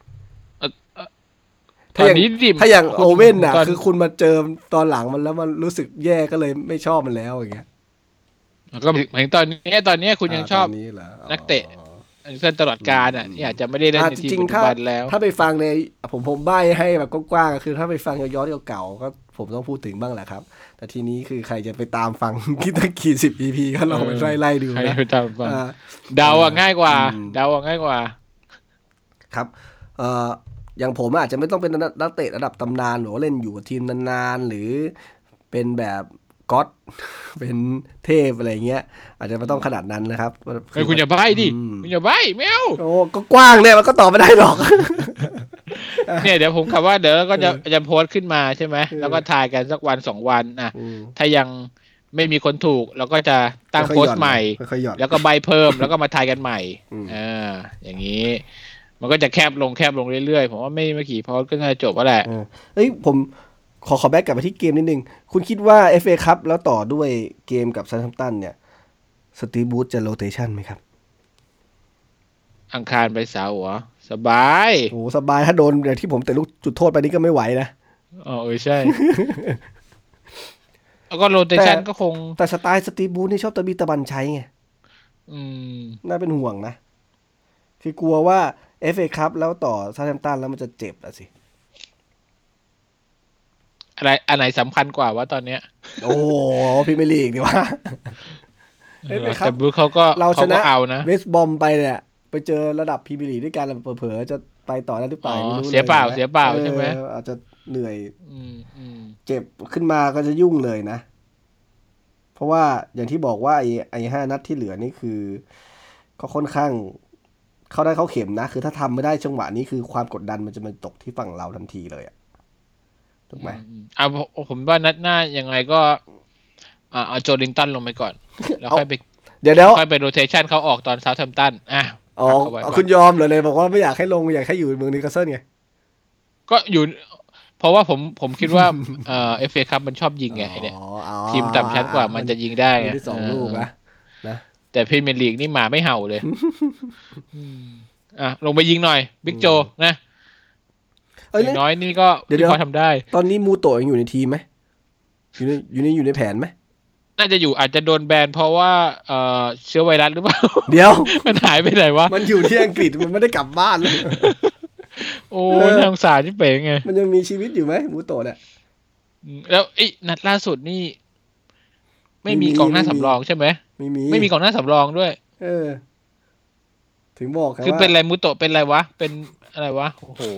ถ้าอย่างถ้าอย่างโอเว่นน่ะคือคุณมาเจอตอนหลังมันแล้วมันรู้สึกแย่ก็เลยไม่ชอบมันแล้วอย่างเงี้ยก็หมายถึงตอนนี้ตอนนี้คุณยังชอบนักเตะเพื่อนตลอดกาลอ่ะที่อาจจะไม่ได้เล่นในทีมปัจจุบันแล้วถ้าไปฟังในผมผมใบ้ให้แบบกว้างๆคือถ้าไปฟังย้อนเก่าๆก็ผมต้องพูดถึงบ้างแหละครับแต่ทีนี้คือใครจะไปตามฟังคิดตั้งกี่สิบ อี พี ก็ลองไปไล่ๆดูนะเดาอ่ะง่ายกว่าเดาอ่ะง่ายกว่าครับเอ่ออย่างผมอาจจะไม่ต้องเป็นนักเตะระดับตำนานหรือว่าเล่นอยู่กับทีมนานๆหรือเป็นแบบก๊อตเป็นเทพอะไรเงี้ยอาจจะไม่ต้องขนาดนั้นนะครับเฮ้ยคุณอย่าใบ้ดิคุณอย่าใบ้ไม่เอาโอ้ก็กว้างเนี่ยมันก็ตอบไม่ได้หรอกเนี่ยเดี๋ยวผมคำว่าเดี๋ยวก็จะจะโพสต์ขึ้นมาใช่ไหมแล้วก็ทายกันสักวันสองวันอ่ะถ้ายังไม่มีคนถูกเราก็จะตั้งโพสต์ใหม่แล้วก็ใบเพิ่มแล้วก็มาทายกันใหม่อ่าอย่างนี้มันก็จะแคบลงแคบลงเรื่อยๆผมว่าไม่ไม่กี่โพสต์ก็น่าจะจบแล้วแหละเฮ้ยผมขอขอแบ็กกลับไปที่เกมนิดนึงคุณคิดว่า เอฟ เอ Cup แล้วต่อด้วยเกมกับ Southampton เนี่ยสตีฟ บูธจะโรเทชันไหมครับอังคารไปเสาร์เหรอสบายโอ้สบายถ้าโดนอย่างที่ผมเตะลูกจุดโทษไปนี่ก็ไม่ไหวนะอ๋อเออใช่แล้วก็โรเตชันก็คงแต่สไตล์สตีฟบูธนี่ชอบตะบีตะบันใช้ไงอืมน่าเป็นห่วงนะคือกลัวว่า เอฟ เอ Cup แล้วต่อซาแธมป์ตันแล้วมันจะเจ็บอ่ะสิอะไรอันไหนสำคัญกว่าวะตอนเนี้ยโอ้พรีเมียร์ลีกดีว่าแต่บูธเขาก็เราชนะเอานะเวสต์บอมไปเนี่ยไปเจอระดับพรีเมียร์ลีกด้วยกันแล้วเผลอๆจะไปต่อได้หรือเปล่าไม่รู้เลยเสียเปล่าเสียเปล่าใช่ไหมอาจจะเหนื่อยเจ็บขึ้นมาก็จะยุ่งเลยนะเพราะว่าอย่างที่บอกว่าไอ้ไอ้ห้านัดที่เหลือนี่คือก็ค่อนข้างเข้าได้เข้าเข็มนะคือถ้าทำไม่ได้จังหวะนี้คือความกดดันมันจะมาตกที่ฝั่งเราทันทีเลยอ่ะถูกไหมเอาผมว่านัดหน้ายังไงก็เอาโจลินตันลงไปก่อนแล้วค่อยไปเดี๋ยวแล้วค่อยไปโรเทชันเขาออกตอนเซาท์แฮมป์ตันอ่ะอ๋อคุณยอมเลยเลยบอกว่าไม่อยากให้ลงอยากให้อยู่เมืองนิวคาสเซิลไงก็อยู่เพราะว่าผมผมคิดว่าเอ่อ เอฟ เอ Cup มันชอบยิงไงเนี่ยทีมต่ำชั้นกว่ามันจะยิงได้ไงสองลูกนะนะแต่พรีเมียร์ลีกนี่หมาไม่เห่าเลยอ่ะลงไปยิงหน่อยบิ๊กโจนะน้อยนี่ก็พอทำได้ตอนนี้มูโตะยังอยู่ในทีมไหมอยู่ในอยู่ในอยู่ในแผนไหมน่าจะอยู่อาจจะโดนแบนเพราะว่าเอ่อเชื้อไวรัสหรือเปล่าเดี๋ยวมันหายไปไหนวะมันอยู่ที่อังกฤษมันไม่ได้กลับบ้านเลยโอ้ทางสารที่เป๋ไงมันยังมีชีวิตอยู่ไหมมูโตะเนี่ยแล้วไอ้นัดล่าสุดนี่ไม่มีกองหน้าสำรองใช่ไหมไม่มีไม่มีกองหน้าสำรองด้วยเออถึงบอกครับคือเป็นอะไรมูโตะเป็นอะไรวะเป็นอะไรวะโอ้โห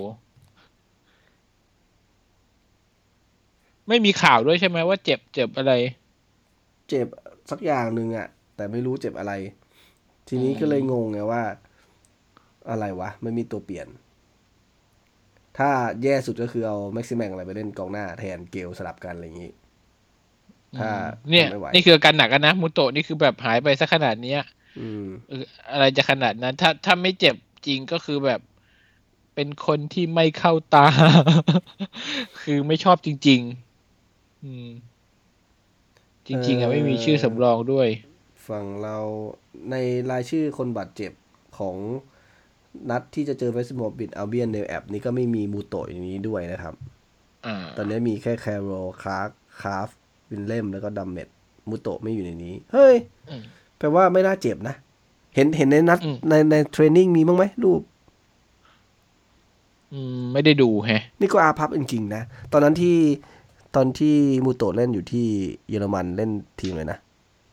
ไม่มีข่าวด้วยใช่ไหมว่าเจ็บเจ็บอะไรเจ็บสักอย่างหนึ่งอ่ะแต่ไม่รู้เจ็บอะไรทีนี้ก็เลยงงไงว่าอะไรวะไม่มีตัวเปลี่ยนถ้าแย่สุดก็คือเอาแม็กซิแมงอะไรไปเล่นกองหน้าแทนเกลสลับกันอะไรอย่างนี้ถ้าเนี่ยนี่คือการหนักกันนะมูโตะนี่คือแบบหายไปซะขนาดนี้อืมอะไรจะขนาดนั้นถ้าถ้าไม่เจ็บจริงก็คือแบบเป็นคนที่ไม่เข้าตา คือไม่ชอบจริงๆอืมจริงๆอ่ะไม่มีชื่อสำรองด้วยฝั่งเราในรายชื่อคนบาดเจ็บของนัดที่จะเจอเวสต์บรอมวิชอัลเบียนในแอปนี้ก็ไม่มีมูโตะอย่างนี้ด้วยนะครับตอนนี้มีแค่แคโรคาร์คาฟวินเลมแล้วก็ดัมเมดมูโตะไม่อยู่ในนี้เฮ้ยแปลว่าไม่น่าเจ็บนะเห็นเห็นในนัดในในเทรนนิ่งมีบ้างไหมรูปอืมไม่ได้ดูแฮะนี่ก็อาพับจริงๆนะตอนนั้นที่ตอนที่มูโตะเล่นอยู่ที่เยอรมันเล่นทีมเลยนะ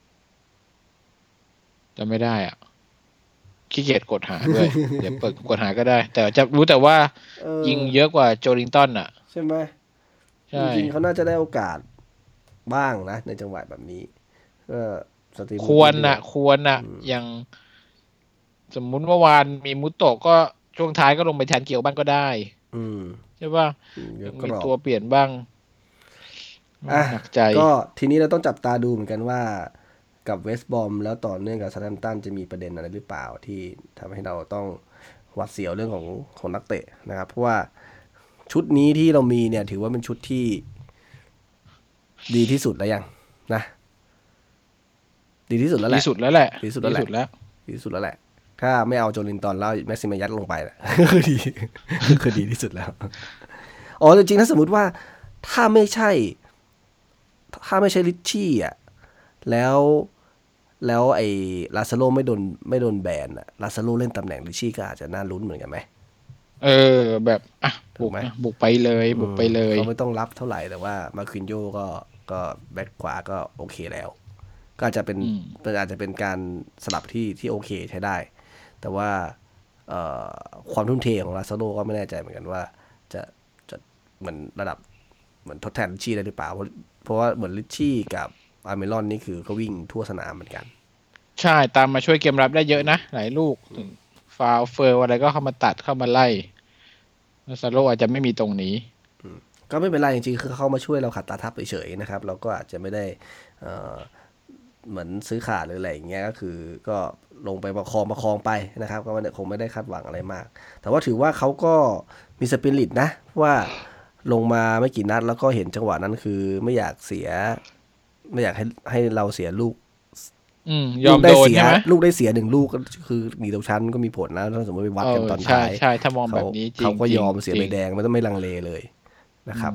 จำไม่ได้อ่ะขี้เกียจกดหาด้วยเดี๋ยวเปิดกดหาก็ได้แต่จะรู้แต่ว่ายิงเยอะกว่าโจลิงตันอ่ะใช่ไหมจริงๆเขาน่าจะได้โอกาสบ้างนะในจังหวะแบบนี้ก็สตรีมควรนะควรนะอย่างสมมุติเมื่อวานมีมุโตะก็ช่วงท้ายก็ลงไปแทนเกี่ยวบ้างก็ได้ใช่ป่ะมีตัวเปลี่ยนบ้างหนักใจก็ทีนี้เราต้องจับตาดูเหมือนกันว่ากับเวสต์บอมแล้วต่อเนื่องกับซาแธมป์ตันจะมีประเด็นอะไรหรือเปล่าที่ทำให้เราต้องหวาดเสียวเรื่องของของนักเตะนะครับเพราะว่าชุดนี้ที่เรามีเนี่ยถือว่าเป็นชุดที่ดีที่สุดแล้วยังนะดีที่สุดแล้วแหละดีสุดแล้วแหละดีสุดแล้วแหละดีสุดแล้วแหละถ้าไม่เอาโจลินตันแล้วแม็กซิมยัดลงไปแหละคือดีคือดีที่สุดแล้วอ๋อจริงๆถ้าสมมติว่าถ้าไม่ใช่ถ้าไม่ใช่ริชชี่อ่ะแล้วแล้วไอ้ลาซาโลไม่โดนไม่โดนแบนอ่ะลาซาโลเล่นตำแหน่งริชชี่ก็อาจจะน่าลุ้นเหมือนกันไหมเออแบบอ่ะบุกไหมบุกไปเลยบุกไปเลยเขาไม่ต้องรับเท่าไหร่แต่ว่ามาควินโยก็ก็แบ็คขวาก็โอเคแล้วก็อาจจะเป็นอาจจะเป็นการสลับที่ที่โอเคใช้ได้แต่ว่าความทุ่มเทของลาซาโลก็ไม่แน่ใจเหมือนกันว่าจะจะเหมือนระดับเหมือนทดแทนริชชี่ได้หรือเปล่าเพราะว่าเหมือนริชชี่กับอาร์เมลอนนี่คือก็วิ่งทั่วสนามเหมือนกันใช่ตามมาช่วยเกมรับได้เยอะนะหลายลูกฟาวเฟอร์อะไรก็เข้ามาตัดเข้ามาไล่ลาซาโลอาจจะไม่มีตรงนี้ก็ไม่เป็นไรจริงๆคือเขามาช่วยเราขัดตาทับเฉยๆนะครับเราก็อาจจะไม่ได้เหมือนซื้อขาดหรืออะไรอย่างเงี้ยก็คือก็ลงไปประคองประคองไปนะครับก็คงไม่ได้คาดหวังอะไรมากแต่ว่าถือว่าเขาก็มีสปิริตนะว่าลงมาไม่กี่นัดแล้วก็เห็นจังหวะนั้นคือไม่อยากเสียไม่อยากให้ให้เราเสียลูกยอมโดนใช่ไหมลูกได้เสียหนึ่งลูกก็คือหนีตกชั้นก็มีผลนะถ้าสมมติไปวัดกันตอนท้ายใช่ใช่ถ้ามองแบบนี้จริงเขาก็ยอมเสียใบแดงไม่ต้องไม่ลังเลเลยนะครับ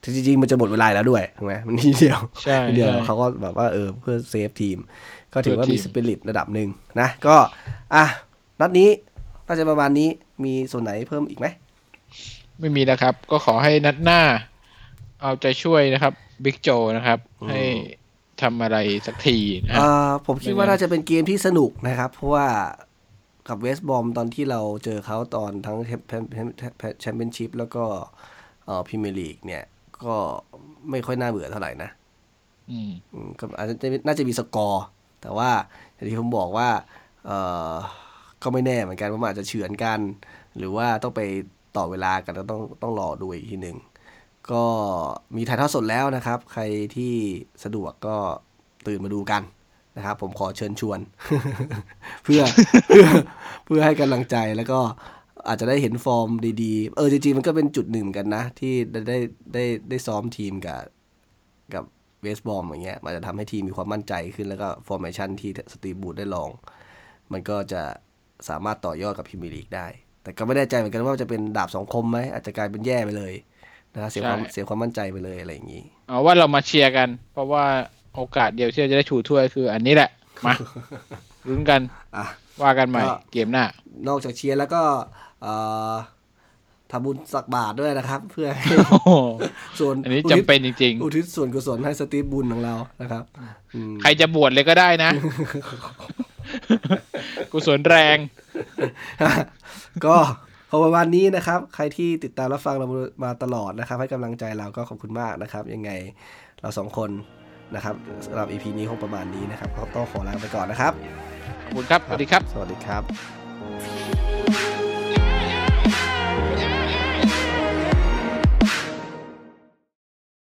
จริงๆมันจะหมดเวลาแล้วด้วยถูกไหมมันนิดเดียวใช่เดียวเขาก็แบบว่าเออเพื่อเซฟทีมก็ถือว่ามีสปิริตระดับหนึ่งนะก็อ่ะนัดนี้น่าจะประมาณนี้มีส่วนไหนเพิ่มอีกไหมไม่มีแล้วครับก็ขอให้นัดหน้าเอาใจช่วยนะครับบิ๊กโจนะครับให้ทำอะไรสักทีนะผมคิดว่าน่าจะเป็นเกมที่สนุกนะครับเพราะว่ากับเวสต์บอมตอนที่เราเจอเขาตอนทั้งแชมเปี้ยนชิพแล้วก็พรีเมียร์ลีกเนี่ยก็ไม่ค่อยน่าเบื่อเท่าไหร่นะอืมก็อาจจะน่าจะมีสกอร์แต่ว่าอย่างที่ผมบอกว่าเอ่อก็ไม่แน่เหมือนกันว่ามันอาจจะเฉือนกันหรือว่าต้องไปต่อเวลากันต้องต้องรอดูอีกทีนึงก็มีถ่ายทอดสดแล้วนะครับใครที่สะดวกก็ตื่นมาดูกันนะครับผมขอเชิญชวน เพื่อเพื่อเพื่อให้กำลังใจแล้วก็อาจจะได้เห็นฟอร์มดีๆเออจริงๆมันก็เป็นจุดหนึ่งเหมือนกันนะที่ได้ได้ได้ได้ซ้อมทีมกับกับเวสต์บอมอย่างเงี้ยมันจะทำให้ทีมมีความมั่นใจขึ้นแล้วก็ฟอร์เมชั่นที่สตีฟบูธได้ลองมันก็จะสามารถต่อยอดกับพรีเมียร์ลีกได้แต่ก็ไม่แน่ใจเหมือนกันว่าจะเป็นดาบสองคมไหมอาจจะกลายเป็นแย่ไปเลยนะเสียความเสียความมั่นใจไปเลยอะไรอย่างนี้เอาว่าเรามาเชียร์กันเพราะว่าโอกาสเดียวที่จะได้ชูถ้วยคืออันนี้แหละมาลุ้นกันว่ากันใหม่เกมหน้านอกจากเชียร์แล้วก็ทำบุญสักบาทด้วยนะครับเพื่อส่วนอันนี้จำเป็นจริงๆอุทิศส่วนกุศลให้สตีฟบุญของเรานะครับใครจะบวชเลยก็ได้นะกุศลแรงก็ขอประมาณนี้นะครับใครที่ติดตามรับฟังเรามาตลอดนะครับให้กำลังใจเราก็ขอบคุณมากนะครับยังไงเราสองคนนะครับสำหรับ อี พี นี้คงประมาณนี้นะครับก็ต้องขอลาไปก่อนนะครับขอบคุณครับสวัสดีครับสวัสดีครับ